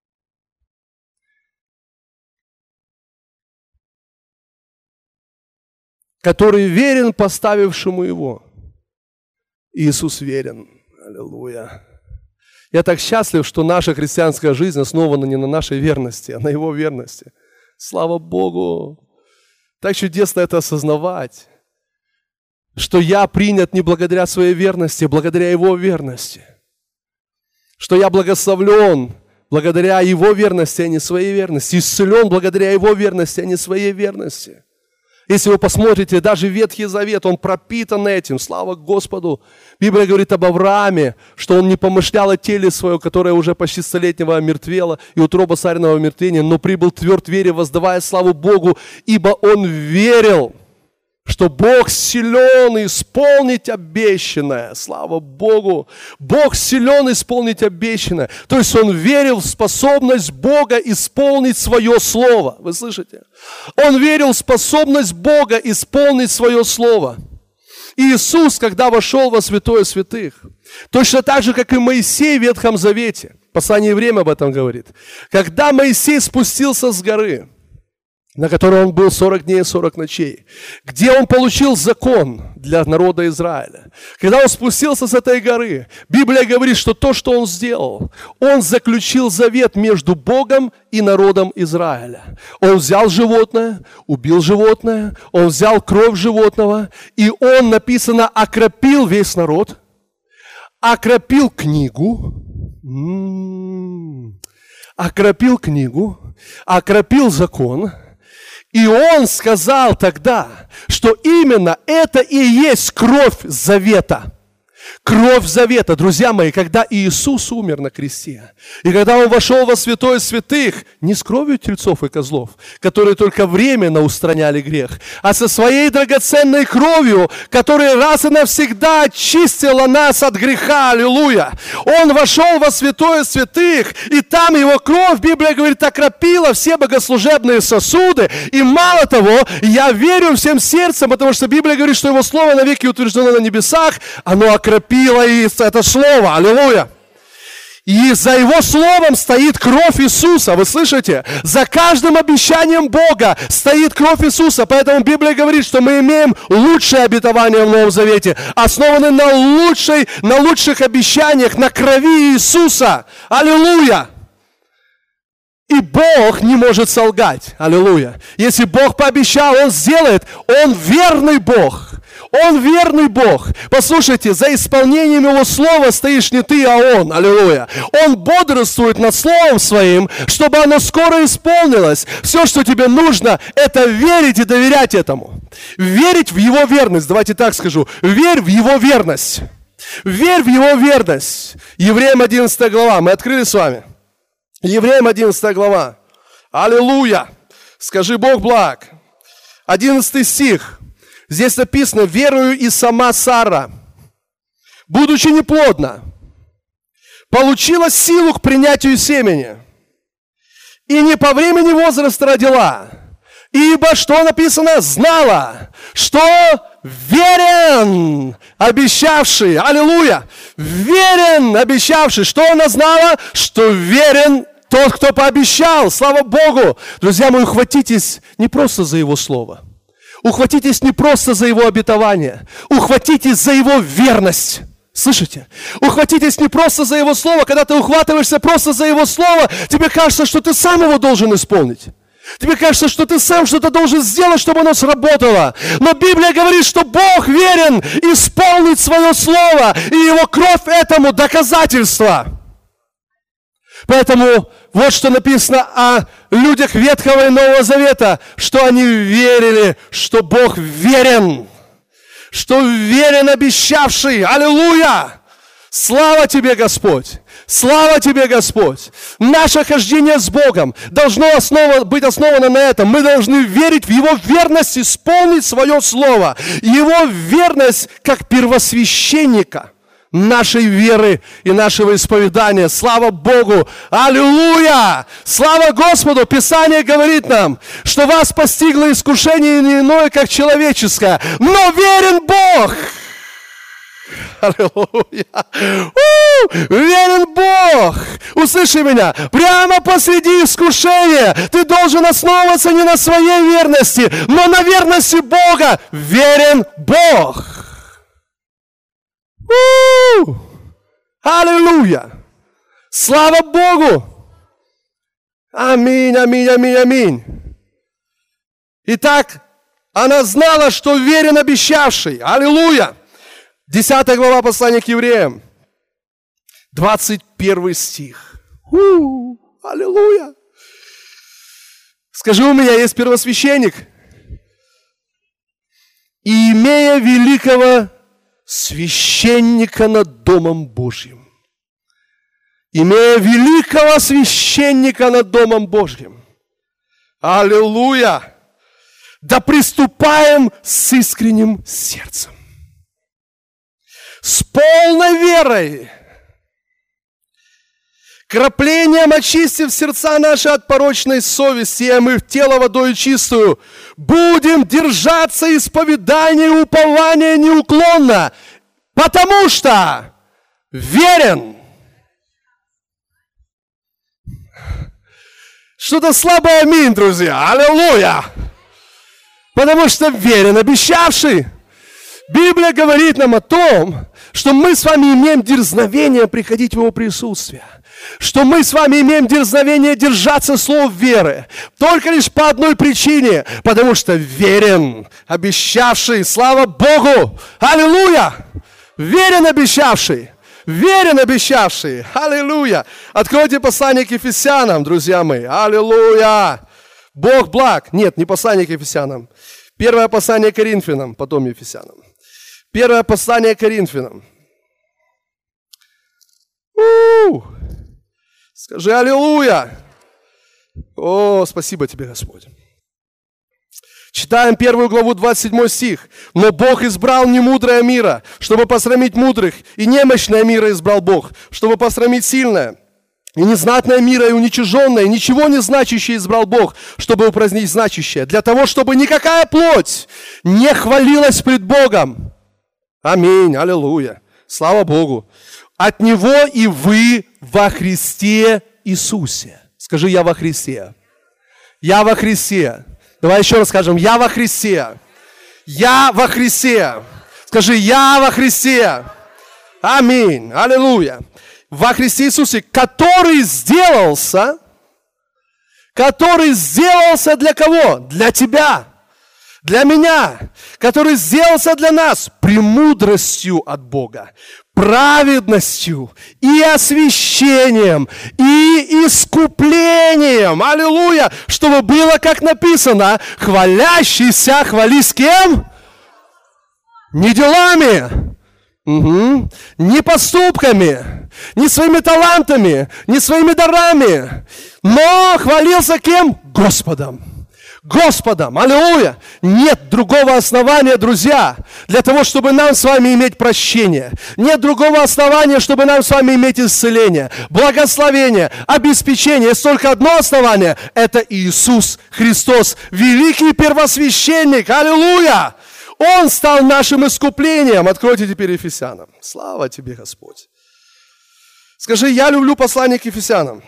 Который верен поставившему его. Иисус верен. Аллилуйя. Я так счастлив, что наша христианская жизнь основана не на нашей верности, а на его верности. Слава Богу. Так чудесно это осознавать, что я принят не благодаря своей верности, а благодаря его верности. Что я благословлен благодаря его верности, а не своей верности. Исцелен благодаря его верности, а не своей верности. Если вы посмотрите, даже Ветхий Завет, он пропитан этим, слава Господу. Библия говорит об Аврааме, что он не помышлял о теле своем, которое уже почти столетнего омертвело, и утроба царного омертвения, но прибыл тверд в вере, воздавая славу Богу, ибо он верил, что Бог силен исполнить обещанное. Слава Богу! Бог силен исполнить обещанное. То есть он верил в способность Бога исполнить свое слово. Вы слышите? Он верил в способность Бога исполнить свое слово. Иисус, когда вошел во святое святых, точно так же, как и Моисей в Ветхом Завете, послание Евреям об этом говорит, когда Моисей спустился с горы, на которой он был 40 дней и 40 ночей, где он получил закон для народа Израиля. Когда он спустился с этой горы, Библия говорит, что то, что он сделал, он заключил завет между Богом и народом Израиля. Он взял животное, убил животное, он взял кровь животного, и он, написано, окропил весь народ, окропил книгу, окропил закон. И он сказал тогда, что именно это и есть кровь завета. Кровь завета, друзья мои, когда Иисус умер на кресте, и когда Он вошел во святое святых, не с кровью тельцов и козлов, которые только временно устраняли грех, а со своей драгоценной кровью, которая раз и навсегда очистила нас от греха, аллилуйя. Он вошел во святое святых, и там Его кровь, Библия говорит, окропила все богослужебные сосуды, и мало того, я верю всем сердцем, потому что Библия говорит, что Его Слово навеки утверждено на небесах, оно окропило это Слово, аллилуйя. И за Его Словом стоит кровь Иисуса, вы слышите? За каждым обещанием Бога стоит кровь Иисуса, поэтому Библия говорит, что мы имеем лучшее обетование в Новом Завете, основанное на лучших обещаниях, на крови Иисуса, аллилуйя. И Бог не может солгать, аллилуйя. Если Бог пообещал, Он сделает, Он верный Бог. Он верный Бог. Послушайте, за исполнением Его Слова стоишь не ты, а Он. Аллилуйя. Он бодрствует над Словом Своим, чтобы оно скоро исполнилось. Все, что тебе нужно, это верить и доверять этому. Верить в Его верность. Давайте так скажу. Верь в Его верность. Верь в Его верность. Евреям 11 глава. Мы открыли с вами. Евреям 11 глава. Аллилуйя. Скажи, Бог благ. 11 стих. Здесь написано, верою и сама Сара, будучи неплодна, получила силу к принятию семени, и не по времени возраста родила, ибо, что написано, знала, что верен обещавший, аллилуйя, верен обещавший, что она знала, что верен тот, кто пообещал, слава Богу. Друзья мои, ухватитесь не просто за Его Слово, ухватитесь не просто за Его обетование, ухватитесь за Его верность. Слышите? Ухватитесь не просто за Его Слово. Когда ты ухватываешься просто за Его Слово, тебе кажется, что ты сам его должен исполнить. Тебе кажется, что ты сам что-то должен сделать, чтобы оно сработало. Но Библия говорит, что Бог верен исполнить свое Слово, и Его кровь этому доказательство. Поэтому вот что написано о людях Ветхого и Нового Завета, что они верили, что Бог верен, что верен обещавший. Аллилуйя! Слава Тебе, Господь! Слава Тебе, Господь! Наше хождение с Богом должно быть основано на этом. Мы должны верить в Его верность, исполнить свое Слово. Его верность как первосвященника нашей веры и нашего исповедания. Слава Богу! Аллилуйя! Слава Господу! Писание говорит нам, что вас постигло искушение не иное, как человеческое, но верен Бог! Аллилуйя! Верен Бог! Услыши меня! Прямо посреди искушения ты должен основываться не на своей верности, но на верности Бога. Верен Бог! Аллилуйя! Слава Богу! Аминь, аминь, аминь, аминь. Итак, она знала, что верен обещавший. Аллилуйя! 10 глава послания к евреям. 21 стих. Аллилуйя! Скажи, у меня есть первосвященник. И имея великого священника над Домом Божьим. Имея великого священника над Домом Божьим. Аллилуйя! Да приступаем с искренним сердцем, с полной верой, краплением очистив сердца наши от порочной совести, и мы в тело водою чистую будем держаться исповедания и упования неуклонно, потому что верен. Что-то слабое аминь, друзья. Аллилуйя! Потому что верен обещавший. Библия говорит нам о том, что мы с вами имеем дерзновение приходить в Его присутствие. Что мы с вами имеем дерзновение держаться слов веры. Только лишь по одной причине. Потому что верен обещавший. Слава Богу! Аллилуйя! Верен обещавший. Верен обещавший. Аллилуйя! Откройте послание к Ефесянам, друзья мои. Аллилуйя! Бог благ. Нет, не послание к Ефесянам. Первое послание к Коринфянам, потом Ефесянам. Первое послание к Коринфянам. Скажи аллилуйя. О, спасибо тебе, Господь. Читаем 1 главу, 27 стих. «Но Бог избрал немудрое мира, чтобы посрамить мудрых, и немощное мира избрал Бог, чтобы посрамить сильное. И незнатное мира, и уничиженное, и ничего не значащее избрал Бог, чтобы упразднить значащее, для того, чтобы никакая плоть не хвалилась пред Богом». Аминь, аллилуйя. Слава Богу. От Него и вы во Христе Иисусе. Скажи, я во Христе. Я во Христе. Давай еще раз скажем, я во Христе. Я во Христе. Скажи, я во Христе. Аминь. Аллилуйя. Во Христе Иисусе, который сделался для кого? Для тебя, для меня, который сделался для нас премудростью от Бога, праведностью и освящением, и искуплением. Аллилуйя! Чтобы было, как написано, хвалящийся хвали с кем? Не делами, не поступками, не своими талантами, не своими дарами, но хвалился кем? Господом. Господом, аллилуйя! Нет другого основания, друзья, для того, чтобы нам с вами иметь прощение. Нет другого основания, чтобы нам с вами иметь исцеление, благословение, обеспечение. Есть только одно основание, это Иисус Христос, великий первосвященник, аллилуйя! Он стал нашим искуплением. Откройте теперь Ефесянам. Слава тебе, Господь. Скажи, я люблю послание к Ефесянам.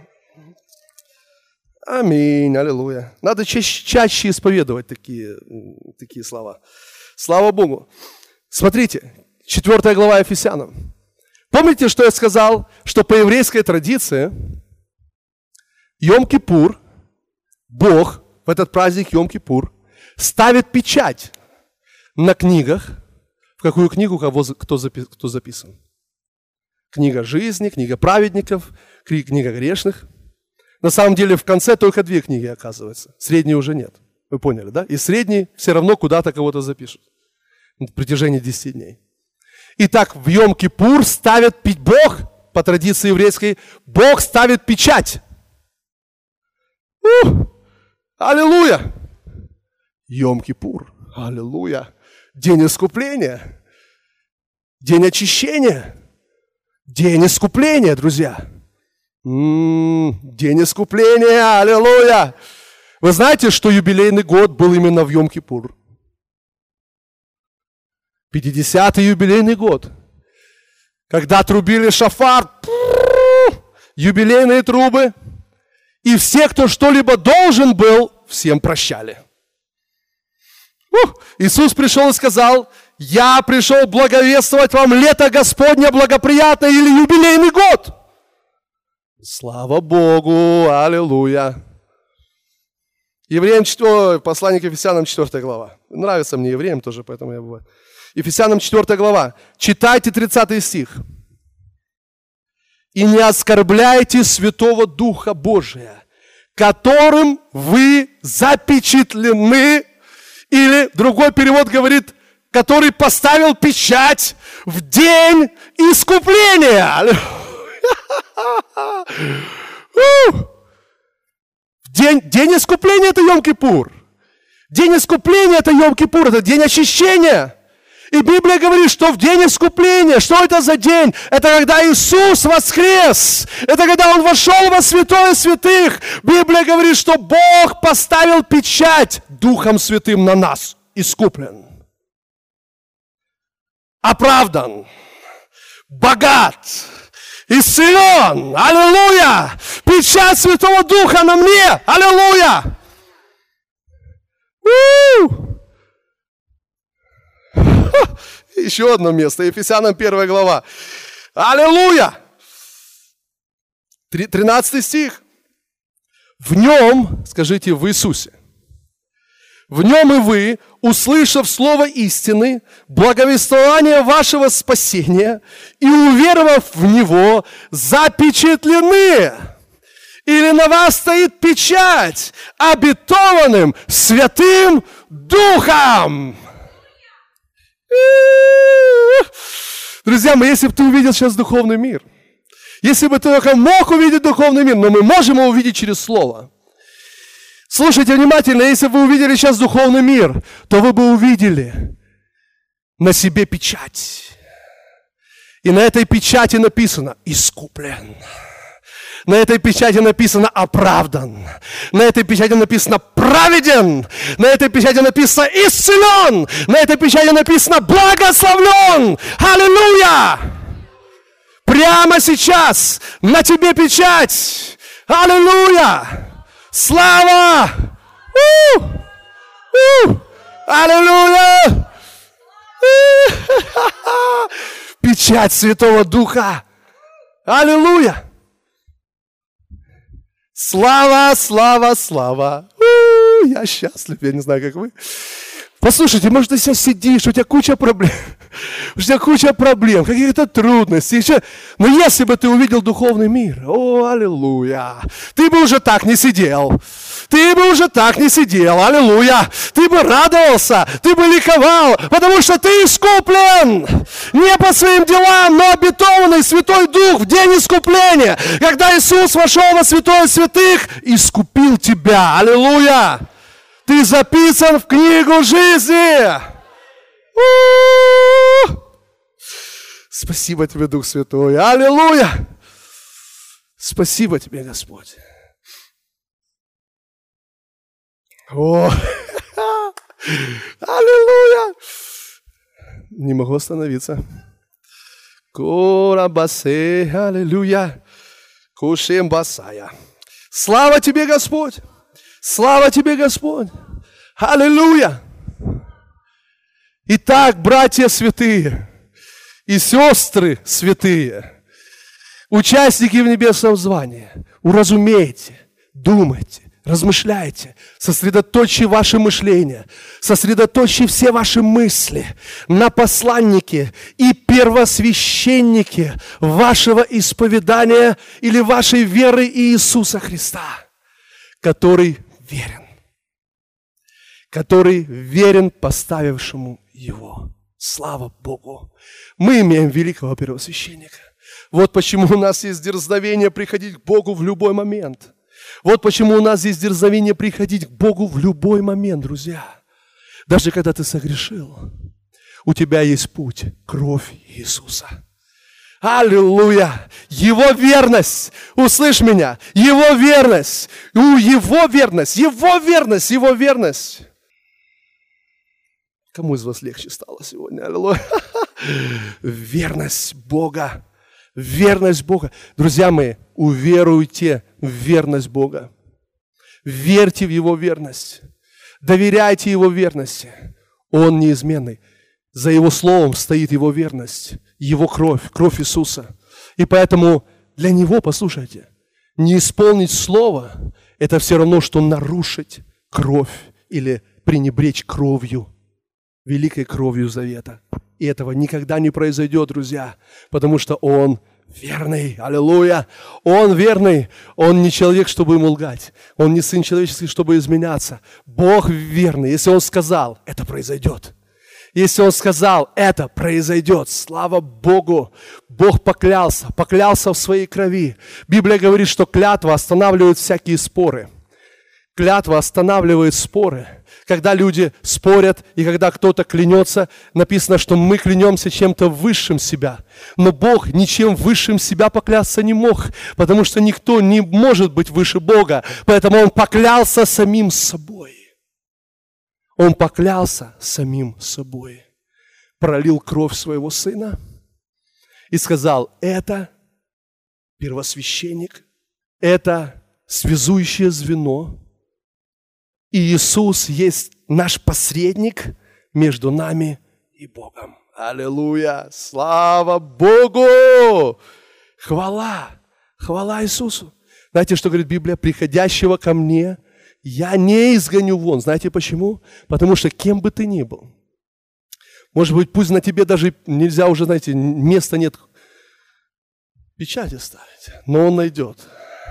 Аминь, аллилуйя. Надо чаще исповедовать такие слова. Слава Богу. Смотрите, 4 глава Ефесянам. Помните, что я сказал, что по еврейской традиции Йом-Кипур, Бог в этот праздник Йом-Кипур ставит печать на книгах. В какую книгу кто записан? Книга жизни, книга праведников, книга грешных. На самом деле в конце только 2 книги оказывается. Средней уже нет. Вы поняли, да? И средний все равно куда-то кого-то запишут. На протяжении 10 дней. Итак, в Йом-Кипур ставит Бог, по традиции еврейской, Бог ставит печать. Аллилуйя! Йом-Кипур. Аллилуйя! День искупления. День очищения. День искупления, друзья. День искупления, аллилуйя! Вы знаете, что юбилейный год был именно в Йом-Кипур? 50-й юбилейный год. Когда трубили шафар, юбилейные трубы, и все, кто что-либо должен был, всем прощали. Иисус пришел и сказал: я пришел благовествовать вам лето Господне благоприятное или юбилейный год. Слава Богу, аллилуйя. Евреям 4, послание к Ефесянам 4 глава. Нравится мне евреям тоже, поэтому я бываю. Ефесянам 4 глава. Читайте 30 стих. «И не оскорбляйте Святого Духа Божия, которым вы запечатлены», или другой перевод говорит, который поставил печать в день искупления. День искупления – это Йом-Кипур. День искупления – это Йом-Кипур, это день очищения. И Библия говорит, что в день искупления, что это за день? Это когда Иисус воскрес. Это когда Он вошел во святое святых. Библия говорит, что Бог поставил печать Духом Святым на нас. Искуплен. Оправдан. Богат. Исцелен. Аллилуйя. Печать Святого Духа на мне. Аллилуйя. Еще одно место. Ефесянам 1 глава. Аллилуйя. 13 стих. В нем, скажите, в Иисусе. В нем и вы, услышав слово истины, благовествование вашего спасения и уверовав в него, запечатлены. Или на вас стоит печать обетованным Святым Духом. Друзья мои, если бы ты увидел сейчас духовный мир, Если бы ты только мог увидеть духовный мир, но мы можем его увидеть через Слово. Слушайте внимательно, если бы вы увидели сейчас духовный мир, то вы бы увидели на себе печать. И на этой печати написано «искуплен». На этой печати написано «оправдан». На этой печати написано «праведен». На этой печати написано «исцелен». На этой печати написано «благословлен». Аллилуйя! Прямо сейчас на тебе печать. Аллилуйя! Слава! Аллилуйя! Печать Святого Духа. Аллилуйя! Слава, слава, слава. Я счастлив, я не знаю, как вы. Послушайте, может, ты сейчас сидишь, у тебя куча проблем. У тебя куча проблем, каких-то трудностей. Но если бы ты увидел духовный мир, о, аллилуйя, ты бы уже так не сидел. Ты бы уже так не сидел, аллилуйя. Ты бы радовался, ты бы ликовал, потому что ты искуплен. Не по своим делам, но обетованный Святой Дух в день искупления. Когда Иисус вошел во святое святых, искупил тебя, аллилуйя. Ты записан в книгу жизни. Спасибо тебе, Дух Святой. Аллилуйя. Спасибо тебе, Господь. О, аллилуйя. Не могу остановиться. Курабасе, аллилуйя. Кушем басая. Слава тебе, Господь. Слава тебе, Господь. Аллилуйя. Итак, братья святые и сестры святые, участники в небесном звании, уразумейте, думайте, размышляйте, сосредоточьте ваше мышление, сосредоточьте все ваши мысли на посланнике и первосвященнике вашего исповедания или вашей веры Иисуса Христа, который верен поставившему его. Слава Богу! Мы имеем великого первосвященника. Вот почему у нас есть дерзновение приходить к Богу в любой момент. Вот почему у нас есть дерзновение приходить к Богу в любой момент, друзья. Даже когда ты согрешил, у тебя есть путь, кровь Иисуса. Аллилуйя! Его верность, услышь меня, Его верность, Его верность, Его верность, Его верность. Кому из вас легче стало сегодня? Аллилуйя! Верность Бога. Верность Бога. Друзья мои, уверуйте в верность Бога. Верьте в Его верность. Доверяйте Его верности. Он неизменный. За Его словом стоит Его верность, Его кровь, кровь Иисуса. И поэтому для Него, послушайте, не исполнить слово – это все равно, что нарушить кровь или пренебречь кровью, великой кровью завета. И этого никогда не произойдет, друзья, потому что Он верный, аллилуйя, Он верный, Он не человек, чтобы ему лгать, Он не сын человеческий, чтобы изменяться. Бог верный, если Он сказал, это произойдет. Если Он сказал, это произойдет. Слава Богу! Бог поклялся в своей крови. Библия говорит, что клятва останавливает всякие споры. Клятва останавливает споры. Когда люди спорят, и когда кто-то клянется, написано, что мы клянемся чем-то высшим себя. Но Бог ничем высшим себя поклясться не мог, потому что никто не может быть выше Бога. Поэтому Он поклялся самим собой. Он поклялся самим собой, пролил кровь своего Сына и сказал, это первосвященник, это связующее звено, и Иисус есть наш посредник между нами и Богом. Аллилуйя! Слава Богу! Хвала! Хвала Иисусу! Знаете, что говорит Библия? Приходящего ко мне я не изгоню вон. Знаете почему? Потому что кем бы ты ни был, может быть, пусть на тебе даже нельзя уже, знаете, места нет печати ставить, но Он найдет.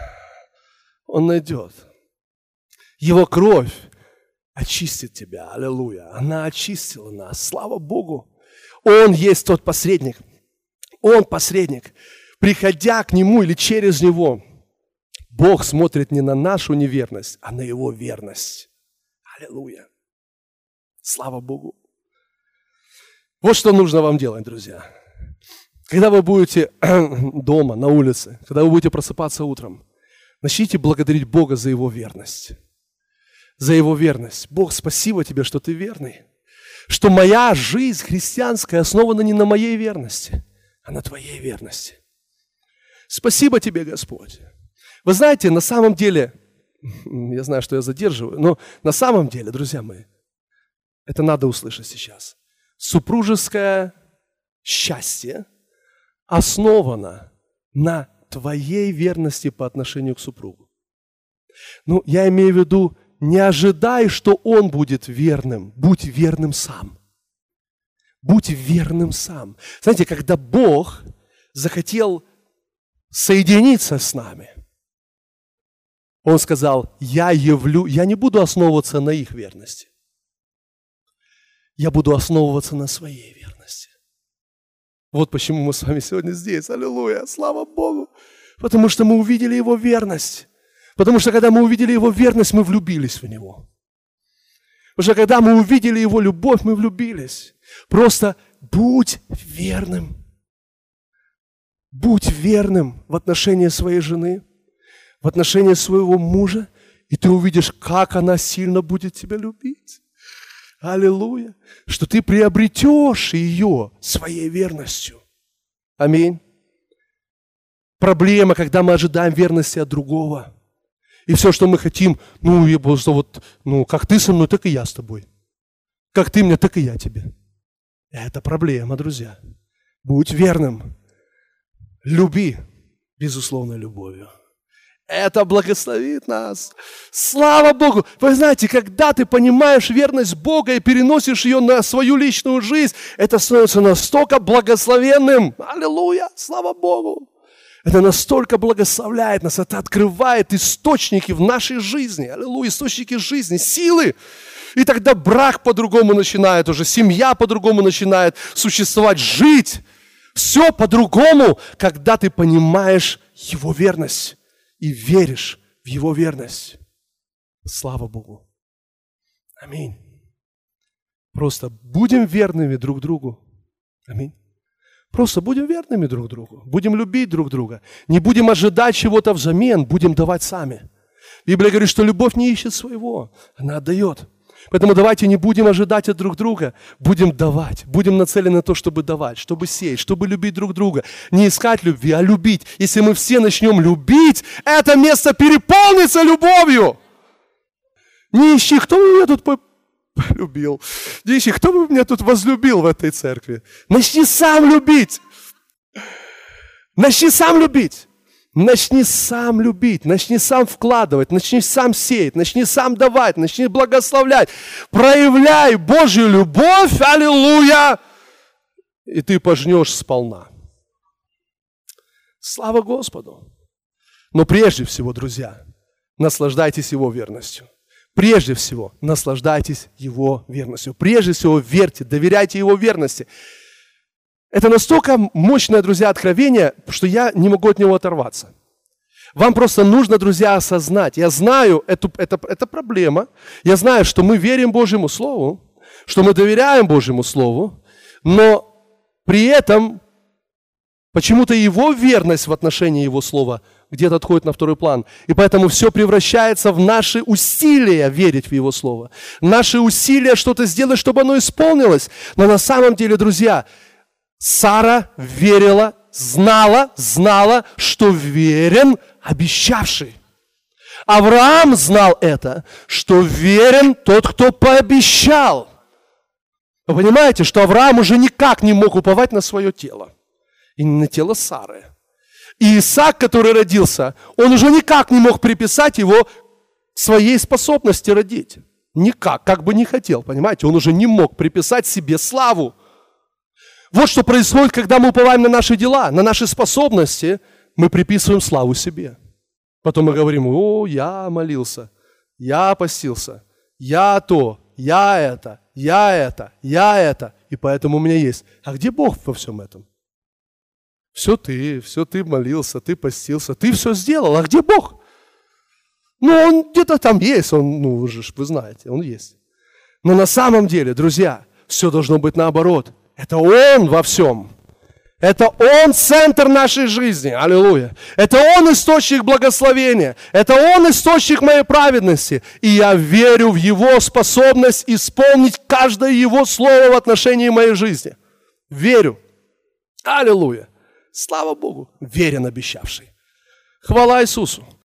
Он найдет. Его кровь очистит тебя. Аллилуйя. Она очистила нас. Слава Богу. Он есть тот посредник. Он посредник. приходя к Нему или через Него, Бог смотрит не на нашу неверность, а на Его верность. Аллилуйя. Слава Богу. Вот что нужно вам делать, друзья. Когда вы будете дома, на улице, когда вы будете просыпаться утром, начните благодарить Бога за Его верность. За Его верность. Бог, спасибо Тебе, что Ты верный. Что моя жизнь христианская основана не на моей верности, а на Твоей верности. Спасибо Тебе, Господь. Вы знаете, на самом деле, я знаю, что я задерживаю, но на самом деле, друзья мои, это надо услышать сейчас. Супружеское счастье основано на твоей верности по отношению к супругу. Ну, я имею в виду, не ожидай, что он будет верным. Будь верным сам. Будь верным сам. Знаете, когда Бог захотел соединиться с нами, Он сказал, я не буду основываться на их верности. Я буду основываться на своей верности. Вот почему мы с вами сегодня здесь. Аллилуйя, слава Богу. Потому что мы увидели Его верность. Потому что когда мы увидели Его верность, мы влюбились в Него. Потому что когда мы увидели Его любовь, мы влюбились. Просто будь верным. Будь верным в отношении своей жены, в отношении своего мужа, и ты увидишь, как она сильно будет тебя любить. Аллилуйя. Что ты приобретешь ее своей верностью. Аминь. Проблема, когда мы ожидаем верности от другого. И все, что мы хотим, как ты со мной, так и я с тобой. Как ты мне, так и я тебе. Это проблема, друзья. Будь верным. Люби, безусловной любовью. Это благословит нас. Слава Богу! Вы знаете, когда ты понимаешь верность Бога и переносишь ее на свою личную жизнь, это становится настолько благословенным. Аллилуйя! Слава Богу! Это настолько благословляет нас, это открывает источники в нашей жизни. Аллилуйя! Источники жизни, силы. И тогда брак по-другому начинает уже, семья по-другому начинает существовать, жить. Все по-другому, когда ты понимаешь Его верность. И веришь в Его верность. Слава Богу. Аминь. Просто будем верными друг другу. Аминь. Просто будем верными друг другу. Будем любить друг друга. Не будем ожидать чего-то взамен. Будем давать сами. Библия говорит, что любовь не ищет своего. Она отдает. Поэтому давайте не будем ожидать от друг друга, будем давать, будем нацелены на то, чтобы давать, чтобы сеять, чтобы любить друг друга. Не искать любви, а любить. Если мы все начнем любить, это место переполнится любовью. Не ищи, кто меня тут полюбил. Не ищи, кто бы меня тут возлюбил в этой церкви. Начни сам любить. Начни сам любить. Начни сам любить, начни сам вкладывать, начни сам сеять, начни сам давать, начни благословлять. Проявляй Божью любовь, аллилуйя, и ты пожнешь сполна. Слава Господу. Но прежде всего, друзья, наслаждайтесь Его верностью. Прежде всего, наслаждайтесь Его верностью. Прежде всего, верьте, доверяйте Его верности. Это настолько мощное, друзья, откровение, что я не могу от него оторваться. Вам просто нужно, друзья, осознать. Я знаю, это проблема. Я знаю, что мы верим Божьему Слову, что мы доверяем Божьему Слову, но при этом почему-то Его верность в отношении Его Слова где-то отходит на второй план. И поэтому все превращается в наши усилия верить в Его Слово. Наши усилия что-то сделать, чтобы оно исполнилось. Но на самом деле, друзья, Сара верила, знала, что верен обещавший. Авраам знал это, что верен тот, кто пообещал. Вы понимаете, что Авраам уже никак не мог уповать на свое тело. И не на тело Сары. И Исаак, который родился, он уже никак не мог приписать его своей способности родить. Никак, как бы не хотел, понимаете, он уже не мог приписать себе славу. Вот что происходит, когда мы уповаем на наши дела, на наши способности, мы приписываем славу себе. Потом мы говорим, я молился, я постился, я то, я это. И поэтому у меня есть. А где Бог во всем этом? Все ты молился, ты постился, ты все сделал, а где Бог? Ну, Он где-то там есть, вы знаете, Он есть. Но на самом деле, друзья, все должно быть наоборот. Это Он во всем. Это Он центр нашей жизни. Аллилуйя. Это Он источник благословения. Это Он источник моей праведности. И я верю в Его способность исполнить каждое Его слово в отношении моей жизни. Верю. Аллилуйя. Слава Богу. Верен обещавший. Хвала Иисусу.